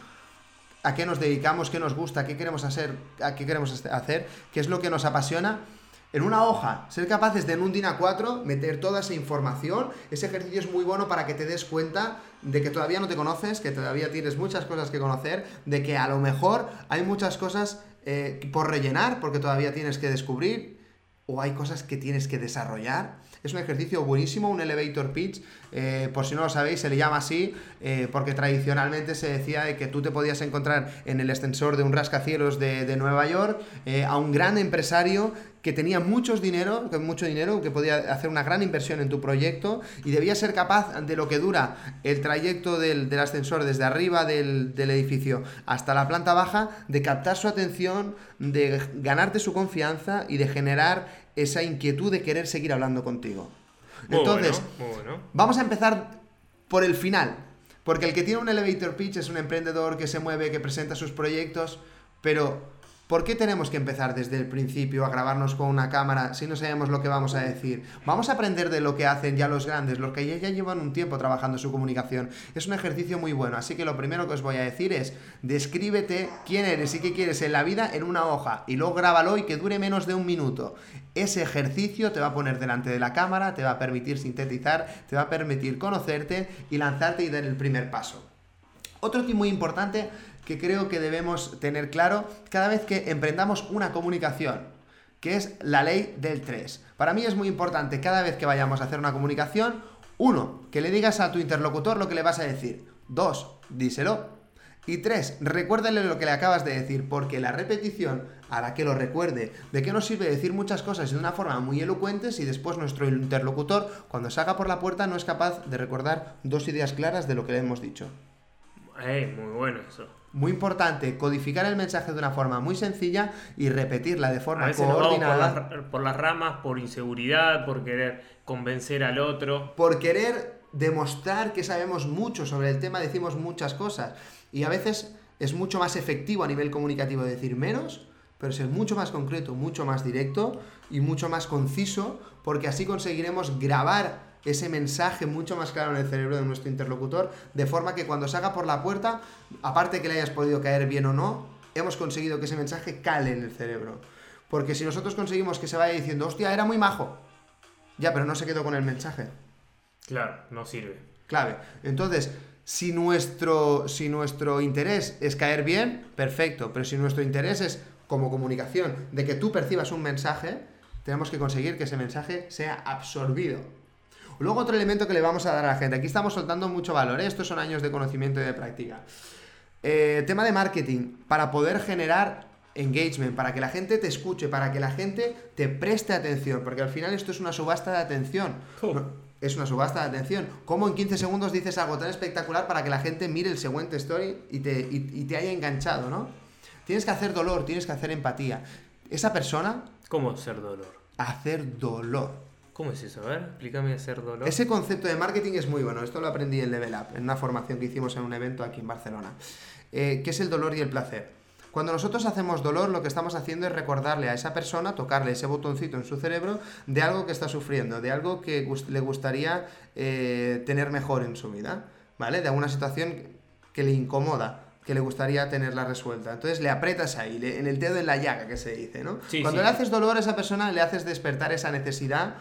a qué nos dedicamos, qué nos gusta, qué queremos hacer, qué es lo que nos apasiona. En una hoja, ser capaces de en un DIN A4 meter toda esa información. Ese ejercicio es muy bueno para que te des cuenta de que todavía no te conoces, que todavía tienes muchas cosas que conocer, de que a lo mejor hay muchas cosas por rellenar porque todavía tienes que descubrir, o hay cosas que tienes que desarrollar. Es un ejercicio buenísimo, un elevator pitch, por si no lo sabéis, se le llama así porque tradicionalmente se decía de que tú te podías encontrar en el ascensor de un rascacielos de Nueva York a un gran empresario que tenía mucho dinero, que podía hacer una gran inversión en tu proyecto y debía ser capaz de lo que dura el trayecto del ascensor desde arriba del edificio hasta la planta baja, de captar su atención, de ganarte su confianza y de generar esa inquietud de querer seguir hablando contigo. Entonces, muy bueno. Vamos a empezar por el final, porque el que tiene un elevator pitch es un emprendedor que se mueve, que presenta sus proyectos, pero ¿por qué tenemos que empezar desde el principio a grabarnos con una cámara si no sabemos lo que vamos a decir? Vamos a aprender de lo que hacen ya los grandes, los que ya llevan un tiempo trabajando su comunicación. Es un ejercicio muy bueno, así que lo primero que os voy a decir es: descríbete quién eres y qué quieres en la vida en una hoja y luego grábalo y que dure menos de un minuto. Ese ejercicio te va a poner delante de la cámara, te va a permitir sintetizar, te va a permitir conocerte y lanzarte y dar el primer paso. Otro tip muy importante que creo que debemos tener claro cada vez que emprendamos una comunicación, que es la ley del 3. Para mí es muy importante cada vez que vayamos a hacer una comunicación, 1, que le digas a tu interlocutor lo que le vas a decir. 2, díselo. Y 3, recuérdale lo que le acabas de decir, porque la repetición hará que lo recuerde. ¿De qué nos sirve decir muchas cosas de una forma muy elocuente si después nuestro interlocutor, cuando salga por la puerta, no es capaz de recordar 2 ideas claras de lo que le hemos dicho? Muy bueno eso. Muy importante, codificar el mensaje de una forma muy sencilla y repetirla de forma a veces coordinada. Nos vamos por las ramas, por inseguridad, por querer convencer al otro. Por querer demostrar que sabemos mucho sobre el tema, decimos muchas cosas. Y a veces es mucho más efectivo a nivel comunicativo decir menos, pero ser mucho más concreto, mucho más directo y mucho más conciso, porque así conseguiremos grabar ese mensaje mucho más claro en el cerebro de nuestro interlocutor, de forma que cuando salga por la puerta, aparte que le hayas podido caer bien o no, hemos conseguido que ese mensaje cale en el cerebro. Porque si nosotros conseguimos que se vaya diciendo, hostia, era muy majo, ya, pero no se quedó con el mensaje. Claro, no sirve. Clave. Entonces, si nuestro interés es caer bien, perfecto, pero si nuestro interés es, como comunicación, de que tú percibas un mensaje, tenemos que conseguir que ese mensaje sea absorbido. Luego otro elemento que le vamos a dar a la gente, aquí estamos soltando mucho valor, estos son años de conocimiento y de práctica. Tema de marketing, para poder generar engagement, para que la gente te escuche, para que la gente te preste atención, porque al final esto es una subasta de atención. Es una subasta de atención. ¿Cómo en 15 segundos dices algo tan espectacular para que la gente mire el siguiente story y te haya enganchado, ¿no? Tienes que hacer dolor, tienes que hacer empatía. Esa persona... ¿Cómo hacer dolor? Hacer dolor. ¿Cómo es eso? A ver, explícame hacer dolor. Ese concepto de marketing es muy bueno. Esto lo aprendí en Level Up, en una formación que hicimos en un evento aquí en Barcelona. ¿Qué es el dolor y el placer? Cuando nosotros hacemos dolor, lo que estamos haciendo es recordarle a esa persona, tocarle ese botoncito en su cerebro de algo que está sufriendo, de algo que le gustaría tener mejor en su vida, ¿vale? De alguna situación que le incomoda, que le gustaría tenerla resuelta. Entonces le aprietas ahí, en el dedo en la llaga, que se dice, ¿no? Sí, Cuando sí. le haces dolor a esa persona, le haces despertar esa necesidad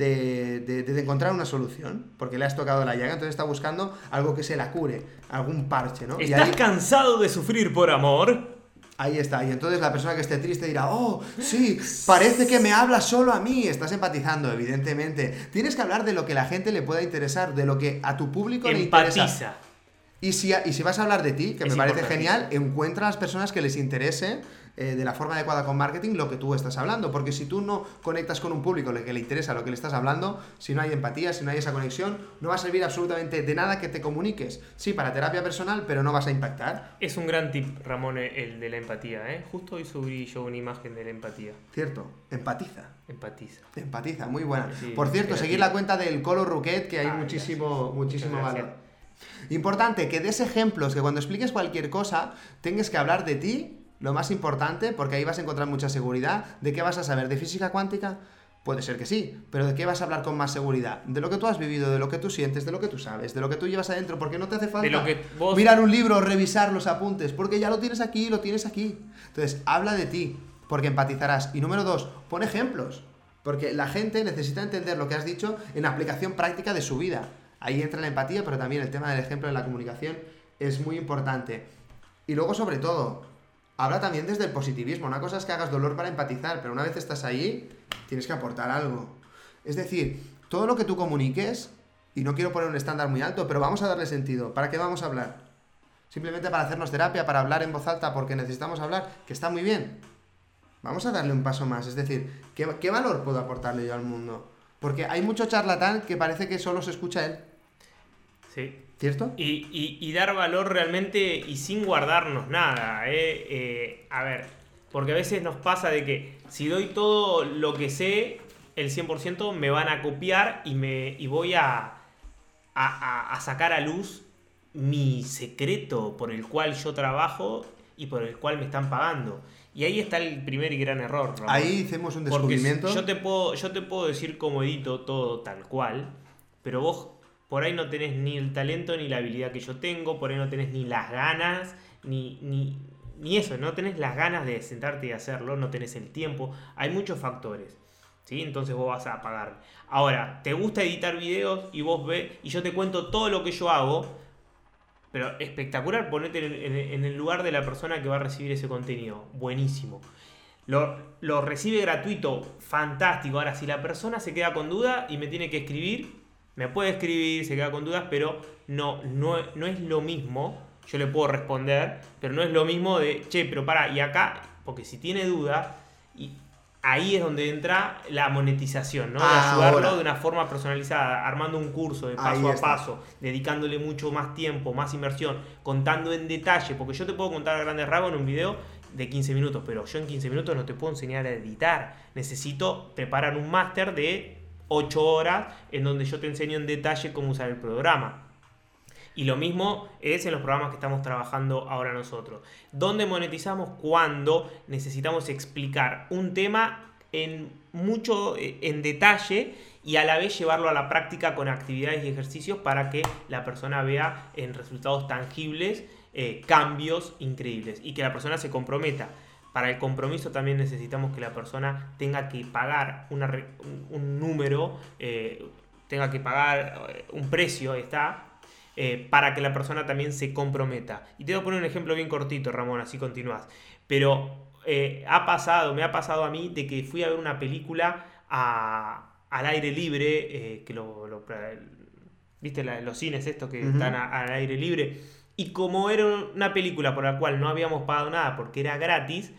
de encontrar una solución, porque le has tocado la llaga, entonces está buscando algo que se la cure, algún parche, ¿no? ¿Estás y ahí, cansado de sufrir por amor? ahí está, y entonces la persona que esté triste dirá, oh, sí, parece que me habla solo a mí, estás empatizando, evidentemente. Tienes que hablar de lo que a la gente le pueda interesar, de lo que a tu público le interesa. Empatiza. Y si vas a hablar de ti, que Es me parece importantísimo. genial, encuentra a las personas que les interese de la forma adecuada con marketing lo que tú estás hablando. Porque si tú no conectas con un público que le interesa lo que le estás hablando, si no hay empatía, si no hay esa conexión, no va a servir absolutamente de nada que te comuniques. Sí, para terapia personal, pero no vas a impactar. Es un gran tip, Ramón, el de la empatía, ¿eh? Justo hoy subí yo una imagen de la empatía. Cierto, empatiza. Empatiza. Empatiza, muy buena. Sí, Por cierto, creativo. seguir la cuenta del Colo Ruquet, que hay Gracias. muchísimo Muchas valor. gracias. Importante, que des ejemplos, que cuando expliques cualquier cosa, tengas que hablar de ti, lo más importante, porque ahí vas a encontrar mucha seguridad. ¿De qué vas a saber? ¿De física cuántica? Puede ser que sí, pero ¿de qué vas a hablar con más seguridad? De lo que tú has vivido, de lo que tú sientes, de lo que tú sabes, de lo que tú llevas adentro, porque no te hace falta De lo que vos... mirar un libro, revisar los apuntes, porque ya lo tienes aquí, lo tienes aquí. Entonces, habla de ti, porque empatizarás. Y número 2, pon ejemplos, porque la gente necesita entender lo que has dicho en aplicación práctica de su vida. Ahí entra la empatía, pero también el tema del ejemplo en la comunicación es muy importante. Y luego, sobre todo, habla también desde el positivismo. Una cosa es que hagas dolor para empatizar, pero una vez estás ahí, tienes que aportar algo. Es decir, todo lo que tú comuniques, y no quiero poner un estándar muy alto, pero vamos a darle sentido. ¿Para qué vamos a hablar? Simplemente para hacernos terapia, para hablar en voz alta porque necesitamos hablar, que está muy bien. Vamos a darle un paso más. Es decir, ¿qué valor puedo aportarle yo al mundo? Porque hay mucho charlatán que parece que solo se escucha él. Sí. ¿Cierto? Y dar valor realmente y sin guardarnos nada, a ver, porque a veces nos pasa de que si doy todo lo que sé, el 100% me van a copiar y voy a sacar a luz mi secreto por el cual yo trabajo y por el cual me están pagando. Y ahí está el primer y gran error, Ramón. Ahí hicimos un Porque descubrimiento. yo te puedo decir cómo edito todo tal cual, pero vos por ahí no tenés ni el talento ni la habilidad que yo tengo, por ahí no tenés ni las ganas, ni eso, no tenés las ganas de sentarte y hacerlo, no tenés el tiempo, hay muchos factores, ¿sí? Entonces vos vas a pagar. Ahora, ¿te gusta editar videos y vos ves, y yo te cuento todo lo que yo hago? Pero espectacular, ponete en el lugar de la persona que va a recibir ese contenido, buenísimo. Lo recibe gratuito, fantástico. Ahora, si la persona se queda con duda y me tiene que escribir, me puede escribir, se queda con dudas, pero no es lo mismo. Yo le puedo responder, pero no es lo mismo de, che, pero pará, y acá, porque si tiene duda, y ahí es donde entra la monetización, ¿no? De ayudarlo Ahora. de una forma personalizada, armando un curso de Ahí paso a está. paso, dedicándole mucho más tiempo, más inversión, contando en detalle, porque yo te puedo contar a grandes rasgos en un video de 15 minutos, pero yo en 15 minutos no te puedo enseñar a editar. Necesito preparar un máster de 8 horas en donde yo te enseño en detalle cómo usar el programa. Y lo mismo es en los programas que estamos trabajando ahora nosotros. ¿Dónde monetizamos? Cuando necesitamos explicar un tema en mucho en detalle y a la vez llevarlo a la práctica con actividades y ejercicios para que la persona vea en resultados tangibles cambios increíbles y que la persona se comprometa. Para el compromiso también necesitamos que la persona tenga que pagar un número, tenga que pagar un precio, para que la persona también se comprometa. Y te voy a poner un ejemplo bien cortito, Ramón, así continúas. Pero me ha pasado a mí de que fui a ver una película al aire libre, ¿viste los cines estos que están al aire libre? Y como era una película por la cual no habíamos pagado nada porque era gratis,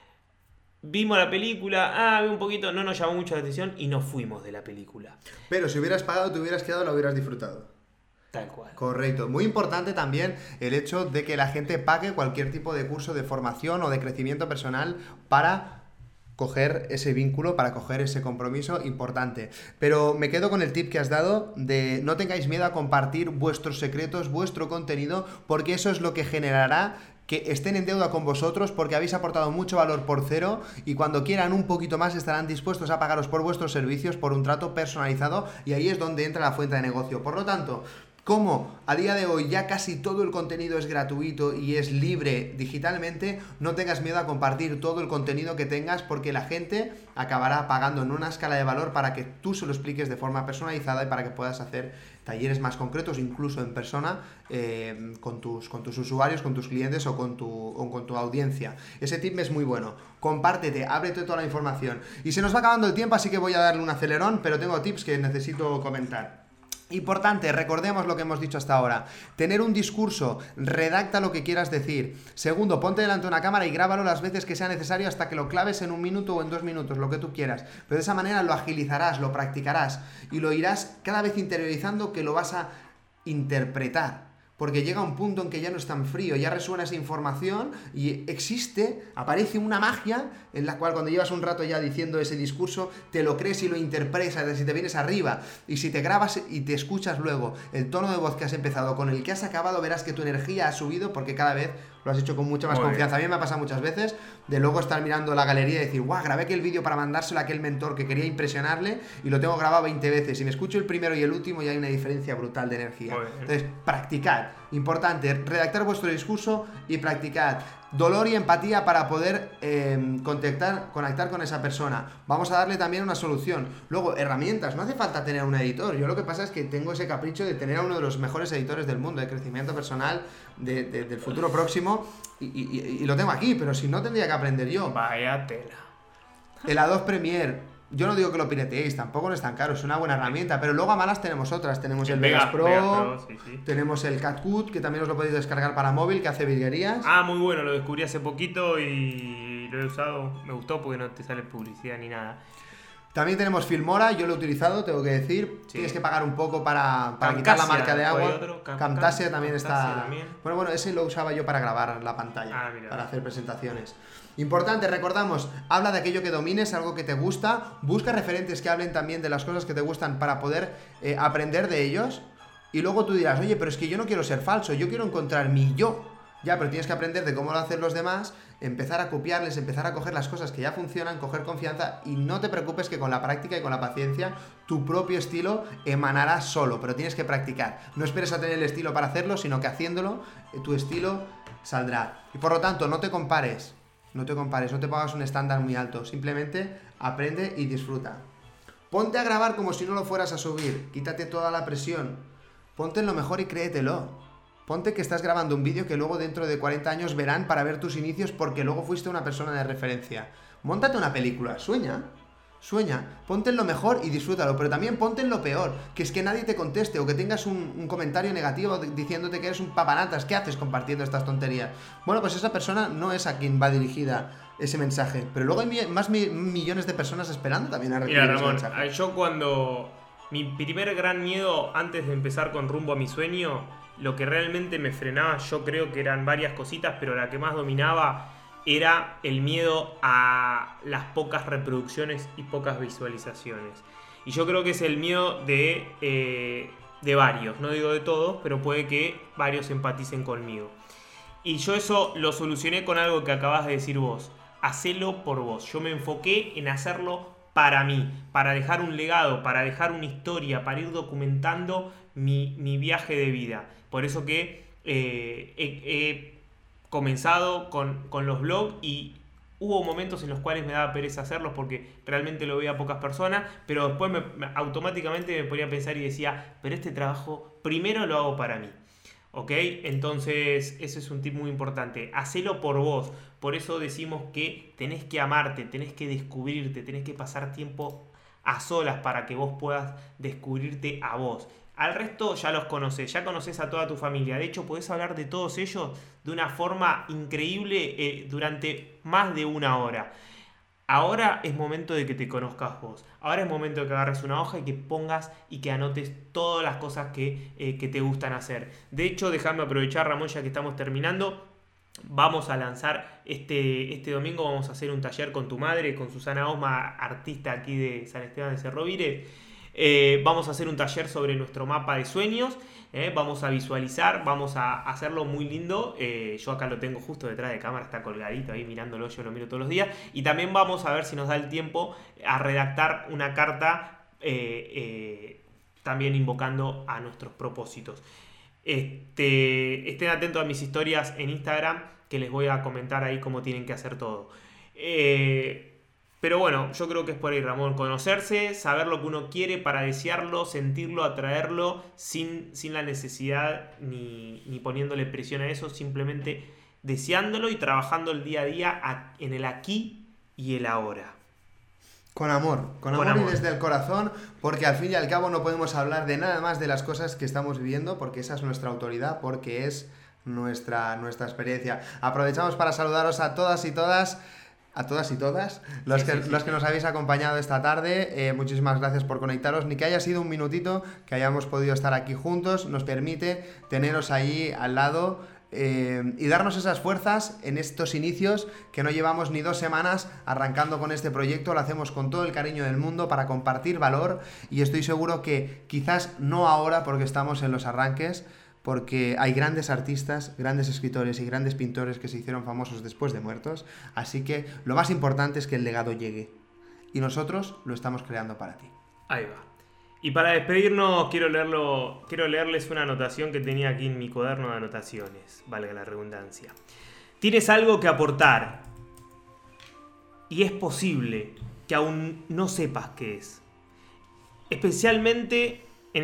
vimos la película, un poquito, no nos llamó mucho la atención y nos fuimos de la película. Pero si hubieras pagado, te hubieras quedado, lo hubieras disfrutado. Tal cual. Correcto. Muy importante también el hecho de que la gente pague cualquier tipo de curso de formación o de crecimiento personal para coger ese vínculo, para coger ese compromiso importante. Pero me quedo con el tip que has dado de no tengáis miedo a compartir vuestros secretos, vuestro contenido, porque eso es lo que generará que estén en deuda con vosotros porque habéis aportado mucho valor por cero y cuando quieran un poquito más estarán dispuestos a pagaros por vuestros servicios, por un trato personalizado y ahí es donde entra la fuente de negocio. Por lo tanto, como a día de hoy ya casi todo el contenido es gratuito y es libre digitalmente, no tengas miedo a compartir todo el contenido que tengas porque la gente acabará pagando en una escala de valor para que tú se lo expliques de forma personalizada y para que puedas hacer talleres más concretos, incluso en persona, con tus usuarios, con tus clientes o con tu audiencia. Ese tip es muy bueno. Compártete, ábrete toda la información. Y se nos va acabando el tiempo, así que voy a darle un acelerón, pero tengo tips que necesito comentar. Importante, recordemos lo que hemos dicho hasta ahora. Tener un discurso, redacta lo que quieras decir. Segundo, ponte delante de una cámara y grábalo las veces que sea necesario hasta que lo claves en 1 minuto o en 2 minutos, lo que tú quieras. Pero de esa manera lo agilizarás, lo practicarás y lo irás cada vez interiorizando que lo vas a interpretar. Porque llega un punto en que ya no es tan frío, ya resuena esa información y aparece una magia en la cual cuando llevas un rato ya diciendo ese discurso, te lo crees y lo interpretas y te vienes arriba. Y si te grabas y te escuchas luego el tono de voz que has empezado con el que has acabado, verás que tu energía ha subido porque cada vez lo has hecho con mucha más confianza. A mí me ha pasado muchas veces de luego estar mirando la galería y decir, guau, grabé aquel vídeo para mandárselo a aquel mentor que quería impresionarle y lo tengo grabado 20 veces. Y me escucho el primero y el último y hay una diferencia brutal de energía. Entonces, practicad. Importante, redactar vuestro discurso y practicad. Dolor y empatía para poder conectar con esa persona. Vamos a darle también una solución. Luego, herramientas. No hace falta tener un editor. Yo lo que pasa es que tengo ese capricho de tener a uno de los mejores editores del mundo de crecimiento personal del futuro próximo y lo tengo aquí, pero si no tendría que aprender yo. Vaya tela. El Adobe Premiere. Yo no digo que lo pirateéis, tampoco no es tan caro, es una buena herramienta, pero luego a malas tenemos otras, tenemos el Vegas Pro, sí. Tenemos el CapCut, que también os lo podéis descargar para móvil, que hace virguerías. Muy bueno, lo descubrí hace poquito y lo he usado, me gustó porque no te sale publicidad ni nada. También tenemos Filmora, yo lo he utilizado, tengo que decir, tienes que pagar un poco para quitar la marca de agua. Camtasia también está... También. Bueno, ese lo usaba yo para grabar la pantalla, para hacer presentaciones. Importante, recordamos, habla de aquello que domines, algo que te gusta, busca referentes que hablen también de las cosas que te gustan para poder aprender de ellos y luego tú dirás, oye, pero es que yo no quiero ser falso, yo quiero encontrar mi yo. Ya, pero tienes que aprender de cómo lo hacen los demás, empezar a copiarles, empezar a coger las cosas que ya funcionan, coger confianza y no te preocupes que con la práctica y con la paciencia tu propio estilo emanará solo, pero tienes que practicar. No esperes a tener el estilo para hacerlo, sino que haciéndolo tu estilo saldrá. Y por lo tanto, no te compares, no te pongas un estándar muy alto, simplemente aprende y disfruta. Ponte a grabar como si no lo fueras a subir, quítate toda la presión, ponte en lo mejor y créetelo. Ponte que estás grabando un vídeo que luego dentro de 40 años verán para ver tus inicios porque luego fuiste una persona de referencia. Móntate una película, sueña, ponte en lo mejor y disfrútalo, pero también ponte en lo peor, que es que nadie te conteste o que tengas un comentario negativo diciéndote que eres un papanatas, ¿qué haces compartiendo estas tonterías? Bueno, pues esa persona no es a quien va dirigida ese mensaje, pero luego hay más millones de personas esperando también a recibir ese mensaje. Yo cuando... Mi primer gran miedo antes de empezar con Rumbo a mi Sueño, lo que realmente me frenaba, yo creo que eran varias cositas, pero la que más dominaba era el miedo a las pocas reproducciones y pocas visualizaciones. Y yo creo que es el miedo de varios, no digo de todos, pero puede que varios empaticen conmigo. Y yo eso lo solucioné con algo que acabas de decir vos. Hacelo por vos. Yo me enfoqué en hacerlo para mí, para dejar un legado, para dejar una historia, para ir documentando mi viaje de vida. Por eso que he comenzado con los blogs y hubo momentos en los cuales me daba pereza hacerlos porque realmente lo veía a pocas personas, pero después automáticamente me ponía a pensar y decía, pero este trabajo primero lo hago para mí. ¿Ok? Entonces, ese es un tip muy importante. Hacelo por vos. Por eso decimos que tenés que amarte, tenés que descubrirte, tenés que pasar tiempo a solas para que vos puedas descubrirte a vos. Al resto ya los conoces, ya conoces a toda tu familia. De hecho, podés hablar de todos ellos de una forma increíble durante más de una hora. Ahora es momento de que te conozcas vos. Ahora es momento de que agarres una hoja y que pongas y que anotes todas las cosas que te gustan hacer. De hecho, déjame aprovechar, Ramón, ya que estamos terminando. Vamos a lanzar este domingo, vamos a hacer un taller con tu madre, con Susana Osma, artista aquí de San Esteban de Cerro Vire. Vamos a hacer un taller sobre nuestro mapa de sueños. Vamos a visualizar, vamos a hacerlo muy lindo. Yo acá lo tengo justo detrás de cámara, está colgadito ahí mirándolo, yo lo miro todos los días. Y también vamos a ver si nos da el tiempo a redactar una carta también invocando a nuestros propósitos. Estén atentos a mis historias en Instagram, que les voy a comentar ahí cómo tienen que hacer todo. Pero bueno, yo creo que es por ahí, Ramón. Conocerse, saber lo que uno quiere para desearlo, sentirlo, atraerlo, sin la necesidad ni poniéndole presión a eso, simplemente deseándolo y trabajando el día a día en el aquí y el ahora. Con amor y desde el corazón, porque al fin y al cabo no podemos hablar de nada más de las cosas que estamos viviendo, porque esa es nuestra autoridad, porque es nuestra experiencia. Aprovechamos para saludaros a todas y todas. A todas y todas, los que nos habéis acompañado esta tarde, muchísimas gracias por conectaros, ni que haya sido un minutito que hayamos podido estar aquí juntos, nos permite teneros ahí al lado y darnos esas fuerzas en estos inicios que no llevamos ni 2 semanas arrancando con este proyecto. Lo hacemos con todo el cariño del mundo para compartir valor y estoy seguro que quizás no ahora porque estamos en los arranques, porque hay grandes artistas, grandes escritores y grandes pintores que se hicieron famosos después de muertos, así que lo más importante es que el legado llegue y nosotros lo estamos creando para ti. Ahí va. Y para despedirnos quiero leerles una anotación que tenía aquí en mi cuaderno de anotaciones, valga la redundancia. Tienes algo que aportar y es posible que aún no sepas qué es. Especialmente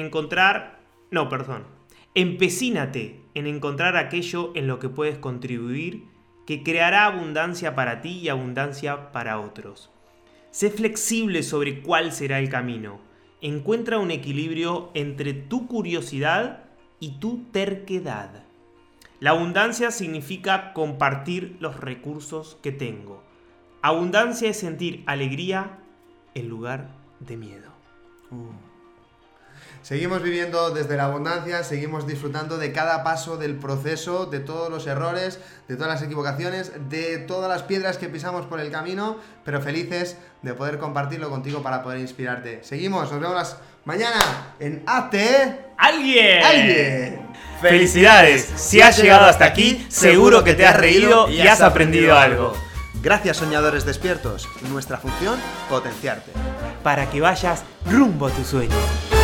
Empecínate en encontrar aquello en lo que puedes contribuir que creará abundancia para ti y abundancia para otros. Sé flexible sobre cuál será el camino. Encuentra un equilibrio entre tu curiosidad y tu terquedad. La abundancia significa compartir los recursos que tengo. Abundancia es sentir alegría en lugar de miedo. Seguimos viviendo desde la abundancia, seguimos disfrutando de cada paso del proceso, de todos los errores, de todas las equivocaciones, de todas las piedras que pisamos por el camino, pero felices de poder compartirlo contigo para poder inspirarte. Seguimos, nos vemos mañana en Hazte Alguien. ¡Felicidades! Si has llegado hasta aquí, seguro que te has reído y has aprendido algo. Gracias, soñadores despiertos. Nuestra función, potenciarte. Para que vayas rumbo a tu sueño.